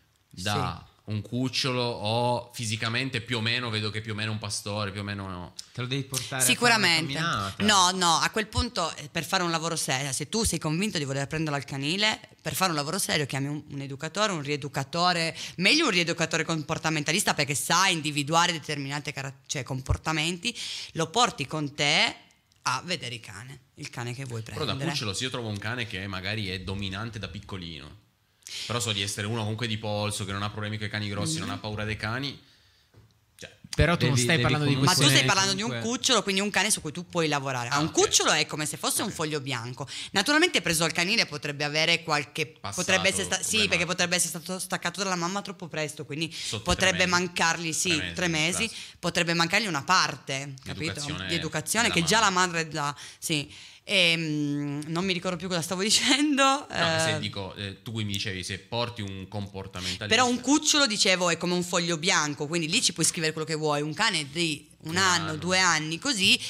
Speaker 4: da un cucciolo o fisicamente più o meno, vedo che più o meno un pastore, più o meno...
Speaker 5: te lo devi portare
Speaker 3: Sicuramente.
Speaker 5: a fare una camminata.
Speaker 3: No, no, a quel punto eh, per fare un lavoro serio, se tu sei convinto di voler prenderlo al canile, per fare un lavoro serio chiami un, un educatore, un rieducatore, meglio un rieducatore comportamentalista perché sa individuare determinati cara- cioè, comportamenti, lo porti con te a vedere il cane, il cane che vuoi
Speaker 4: Però
Speaker 3: prendere.
Speaker 4: da cucciolo se io trovo un cane che magari è dominante da piccolino, però so di essere uno comunque di polso, che non ha problemi con i cani grossi, non ha paura dei cani, cioè,
Speaker 1: Però tu non
Speaker 5: Devi-
Speaker 1: stai
Speaker 5: devi
Speaker 1: parlando di
Speaker 3: Ma
Speaker 5: comunque-
Speaker 3: tu
Speaker 1: questione...
Speaker 3: stai parlando di un
Speaker 5: comunque-
Speaker 3: cucciolo, quindi un cane su cui tu puoi lavorare. Ah, un
Speaker 4: ok.
Speaker 3: cucciolo è come se fosse un foglio bianco. Naturalmente preso al canile potrebbe avere qualche...
Speaker 4: Passato
Speaker 3: potrebbe essere sta- sì,
Speaker 4: problematico.
Speaker 3: perché potrebbe essere stato staccato dalla mamma troppo presto, quindi
Speaker 4: Sotto
Speaker 3: potrebbe
Speaker 4: tre mesi.
Speaker 3: mancargli, sì,
Speaker 4: Tre mesi,
Speaker 3: tre mesi,
Speaker 4: classico.
Speaker 3: potrebbe mancargli una parte, capito?
Speaker 4: educazione
Speaker 3: Di educazione,
Speaker 4: della
Speaker 3: che già la
Speaker 4: mamma.
Speaker 3: madre dà, sì. E, mm, non mi ricordo più cosa stavo dicendo.
Speaker 4: no,
Speaker 3: eh,
Speaker 4: se dico, eh, tu mi dicevi se porti un comportamentalista,
Speaker 3: però un cucciolo, dicevo, è come un foglio bianco, quindi lì ci puoi scrivere quello che vuoi. Un cane di un,
Speaker 4: Un
Speaker 3: anno,
Speaker 4: anno.
Speaker 3: due anni, così,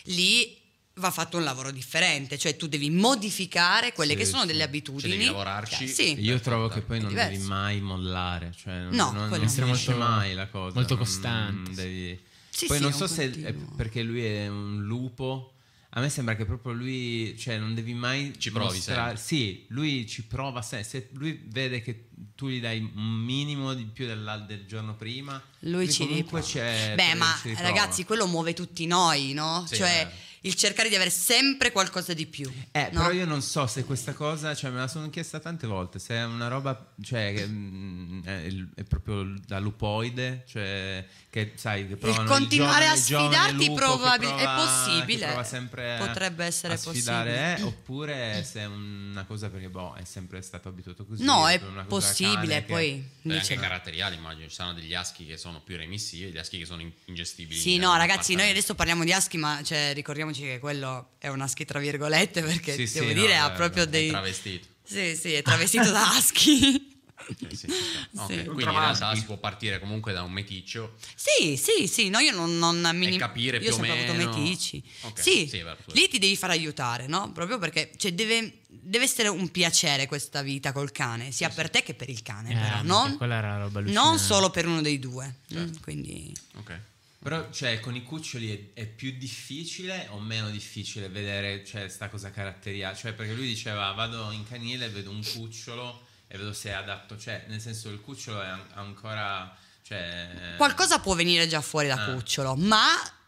Speaker 3: lì va fatto un lavoro differente, cioè tu devi modificare quelle
Speaker 5: Sì,
Speaker 3: che sono
Speaker 5: sì.
Speaker 3: delle
Speaker 4: Cioè,
Speaker 3: abitudini.
Speaker 4: devi lavorarci.
Speaker 3: Cioè, sì.
Speaker 5: Io
Speaker 4: Perfetto.
Speaker 5: trovo che poi
Speaker 3: È
Speaker 5: non
Speaker 3: diverso.
Speaker 5: devi mai mollare, cioè non,
Speaker 3: No,
Speaker 5: non,
Speaker 3: quello
Speaker 5: non
Speaker 3: sì.
Speaker 5: finisce
Speaker 1: Molto-
Speaker 5: mai la cosa.
Speaker 1: molto
Speaker 5: non-
Speaker 1: costante,
Speaker 5: non devi-
Speaker 3: Sì,
Speaker 5: poi
Speaker 3: sì,
Speaker 5: non
Speaker 3: è
Speaker 5: so
Speaker 3: un
Speaker 5: se è
Speaker 3: continuo.
Speaker 5: perché lui è un lupo. A me sembra che proprio lui, cioè non devi mai
Speaker 4: Ci provi
Speaker 5: mostrare- Sì, lui ci prova sempre. Se lui vede che tu gli dai un minimo di più della- del giorno prima,
Speaker 3: Lui ci
Speaker 5: comunque
Speaker 3: riprova.
Speaker 5: c'è.
Speaker 3: Beh, ma
Speaker 5: ci riprova.
Speaker 3: ragazzi, quello muove tutti noi, no?
Speaker 4: Sì,
Speaker 3: cioè
Speaker 4: eh.
Speaker 3: il cercare di avere sempre qualcosa di più.
Speaker 5: Eh,
Speaker 3: no?
Speaker 5: però io non so se questa cosa, cioè me la sono chiesta tante volte, se è una roba, cioè che mm, è, il- è proprio da lupoide, cioè che sai che provano
Speaker 3: continuare
Speaker 5: il
Speaker 3: a
Speaker 5: giovane- il giovane
Speaker 3: sfidarti
Speaker 5: lupo
Speaker 3: probabil-
Speaker 5: che
Speaker 3: è
Speaker 5: prova-
Speaker 3: possibile.
Speaker 5: che prova sempre a-
Speaker 3: Potrebbe essere
Speaker 5: a sfidare,
Speaker 3: possibile.
Speaker 5: eh, oppure se è una cosa perché boh, è sempre stato abituato così.
Speaker 3: No, è
Speaker 5: una cosa
Speaker 3: possibile,
Speaker 5: cane che-
Speaker 3: poi
Speaker 4: Beh,
Speaker 3: invece-
Speaker 4: anche caratteriali, immagino. Ci saranno degli husky che sono più remissivi, degli husky che sono in- ingestibili.
Speaker 3: Sì,
Speaker 4: in
Speaker 3: no,
Speaker 4: un
Speaker 3: ragazzi, noi
Speaker 4: appartamento.
Speaker 3: adesso parliamo di husky, ma cioè, ricordiamoci che quello è un husky tra virgolette, perché
Speaker 5: Sì, sì,
Speaker 3: devo
Speaker 5: no,
Speaker 3: dire ha
Speaker 5: è-
Speaker 3: proprio
Speaker 4: È
Speaker 3: dei...
Speaker 4: travestito.
Speaker 3: Sì, sì, è travestito da husky.
Speaker 4: Eh, sì, ci sta. Ok,
Speaker 3: Sì.
Speaker 4: quindi in realtà si può partire comunque da un meticcio
Speaker 3: Sì, sì, sì, no, io non, non minim-
Speaker 4: capire
Speaker 3: io
Speaker 4: più
Speaker 3: ho
Speaker 4: o
Speaker 3: sempre avuto
Speaker 4: meno.
Speaker 3: meticci.
Speaker 4: Ok,
Speaker 3: Sì,
Speaker 4: sì, è vero, tu-
Speaker 3: lì ti devi far aiutare, no? Proprio perché cioè, deve, deve essere un piacere questa vita col cane, sia per te che per il cane,
Speaker 1: Eh,
Speaker 3: però,
Speaker 1: minchia,
Speaker 3: non,
Speaker 1: quella era la roba
Speaker 3: non
Speaker 1: allucinante.
Speaker 3: solo per uno dei due.
Speaker 4: Certo.
Speaker 3: Mm, quindi
Speaker 4: Ok.
Speaker 5: Però, cioè, con i cuccioli è, è più difficile o meno difficile vedere, cioè, sta cosa caratteriale? Cioè, perché lui diceva, vado in canile, vedo un cucciolo e vedo se è adatto, cioè, nel senso il cucciolo è an- ancora, cioè...
Speaker 3: qualcosa può venire già fuori da
Speaker 5: Ah.
Speaker 3: cucciolo, ma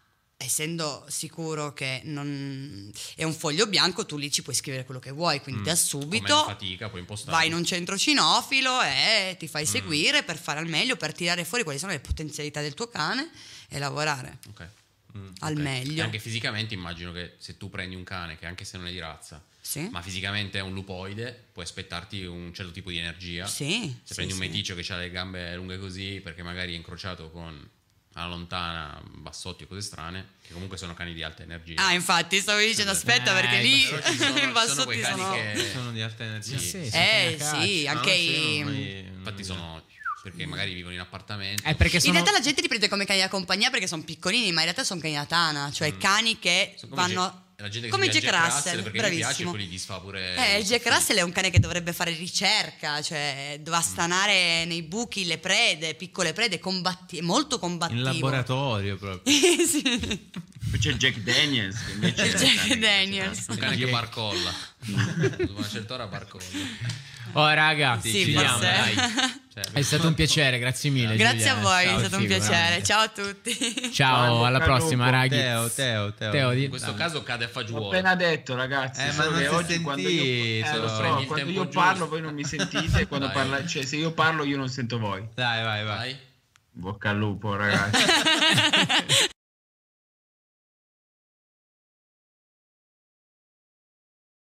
Speaker 3: essendo sicuro che non è un foglio bianco, tu lì ci puoi scrivere quello che vuoi, quindi
Speaker 5: Mm.
Speaker 3: da
Speaker 4: Con
Speaker 3: subito
Speaker 4: meno fatica puoi impostare.
Speaker 3: vai in un centro cinofilo e ti fai seguire per fare al meglio, per tirare fuori quali sono le potenzialità del tuo cane e lavorare
Speaker 4: Ok.
Speaker 5: Mm.
Speaker 3: al
Speaker 4: Ok.
Speaker 3: meglio.
Speaker 4: E anche fisicamente immagino che se tu prendi un cane che anche se non è di razza,
Speaker 3: Sì.
Speaker 4: ma fisicamente è un lupoide, puoi aspettarti un certo tipo di energia.
Speaker 3: Sì,
Speaker 4: Se
Speaker 3: sì,
Speaker 4: prendi un
Speaker 3: sì.
Speaker 4: meticcio che ha le gambe lunghe così, perché magari è incrociato con alla lontana bassotti o cose strane, che comunque sono cani di alta energia.
Speaker 3: Ah, infatti stavo dicendo aspetta
Speaker 1: Eh,
Speaker 3: perché lì
Speaker 4: Però ci sono-
Speaker 3: i
Speaker 4: ci sono
Speaker 3: bassotti
Speaker 4: quei cani
Speaker 3: sono...
Speaker 4: che
Speaker 5: Sono di alta energia.
Speaker 1: Sì, sì,
Speaker 3: Eh
Speaker 1: sono
Speaker 3: sì,
Speaker 1: cazzo.
Speaker 3: anche
Speaker 5: Ah,
Speaker 3: i...
Speaker 5: sì, non mi-
Speaker 4: infatti
Speaker 5: non
Speaker 4: sono perché magari vivono in appartamento.
Speaker 1: È perché
Speaker 3: In
Speaker 1: sono...
Speaker 3: realtà la gente li prende come cani da compagnia perché sono piccolini, ma in realtà sono cani da tana, cioè cani che
Speaker 4: Sono come
Speaker 3: vanno...
Speaker 4: Jack- la gente che
Speaker 3: come
Speaker 4: si
Speaker 3: Jack
Speaker 4: chiama
Speaker 3: Russell,
Speaker 4: perché mi piace,
Speaker 3: bravissimo.
Speaker 4: poi li disfa pure.
Speaker 3: Eh,
Speaker 4: il
Speaker 3: Jack
Speaker 4: soffitto.
Speaker 3: Russell è un cane che dovrebbe fare ricerca, cioè doveva stanare nei buchi le prede, piccole prede, combatti- molto combattivo.
Speaker 5: In laboratorio proprio.
Speaker 3: Sì.
Speaker 2: Poi c'è Jack Daniels che invece è un
Speaker 3: Jack
Speaker 2: cane che
Speaker 3: Daniels.
Speaker 4: Un cane che barcolla. Dopo una certa ora barcolla.
Speaker 1: Oh raga,
Speaker 3: Sì,
Speaker 1: finiamo,
Speaker 3: forse.
Speaker 1: dai.
Speaker 5: Cioè,
Speaker 1: È stato un piacere, grazie mille.
Speaker 3: Grazie
Speaker 1: Giulia.
Speaker 3: a voi,
Speaker 1: Ciao,
Speaker 3: è stato un
Speaker 1: figo,
Speaker 3: piacere.
Speaker 1: veramente.
Speaker 3: Ciao a tutti.
Speaker 1: Ciao,
Speaker 2: Ciao,
Speaker 1: alla
Speaker 2: bocca al
Speaker 1: prossima,
Speaker 2: lupo.
Speaker 1: raghi.
Speaker 5: Teo, Teo, Teo.
Speaker 1: Teo, di-
Speaker 4: In questo caso cade a
Speaker 2: L'ho
Speaker 4: fagiolo.
Speaker 2: appena detto, ragazzi.
Speaker 5: Eh, ma
Speaker 2: solo
Speaker 5: non
Speaker 2: che
Speaker 5: si è
Speaker 2: oggi quando io, eh,
Speaker 5: sentito.
Speaker 2: lo so,
Speaker 4: Prendi il
Speaker 2: quando
Speaker 4: tempo
Speaker 2: io
Speaker 4: giusto.
Speaker 2: parlo voi non mi sentite, quando
Speaker 4: Dai.
Speaker 2: parla- cioè, se io parlo io non sento voi.
Speaker 5: Dai, vai, vai.
Speaker 4: Vai.
Speaker 2: Bocca al lupo, ragazzi.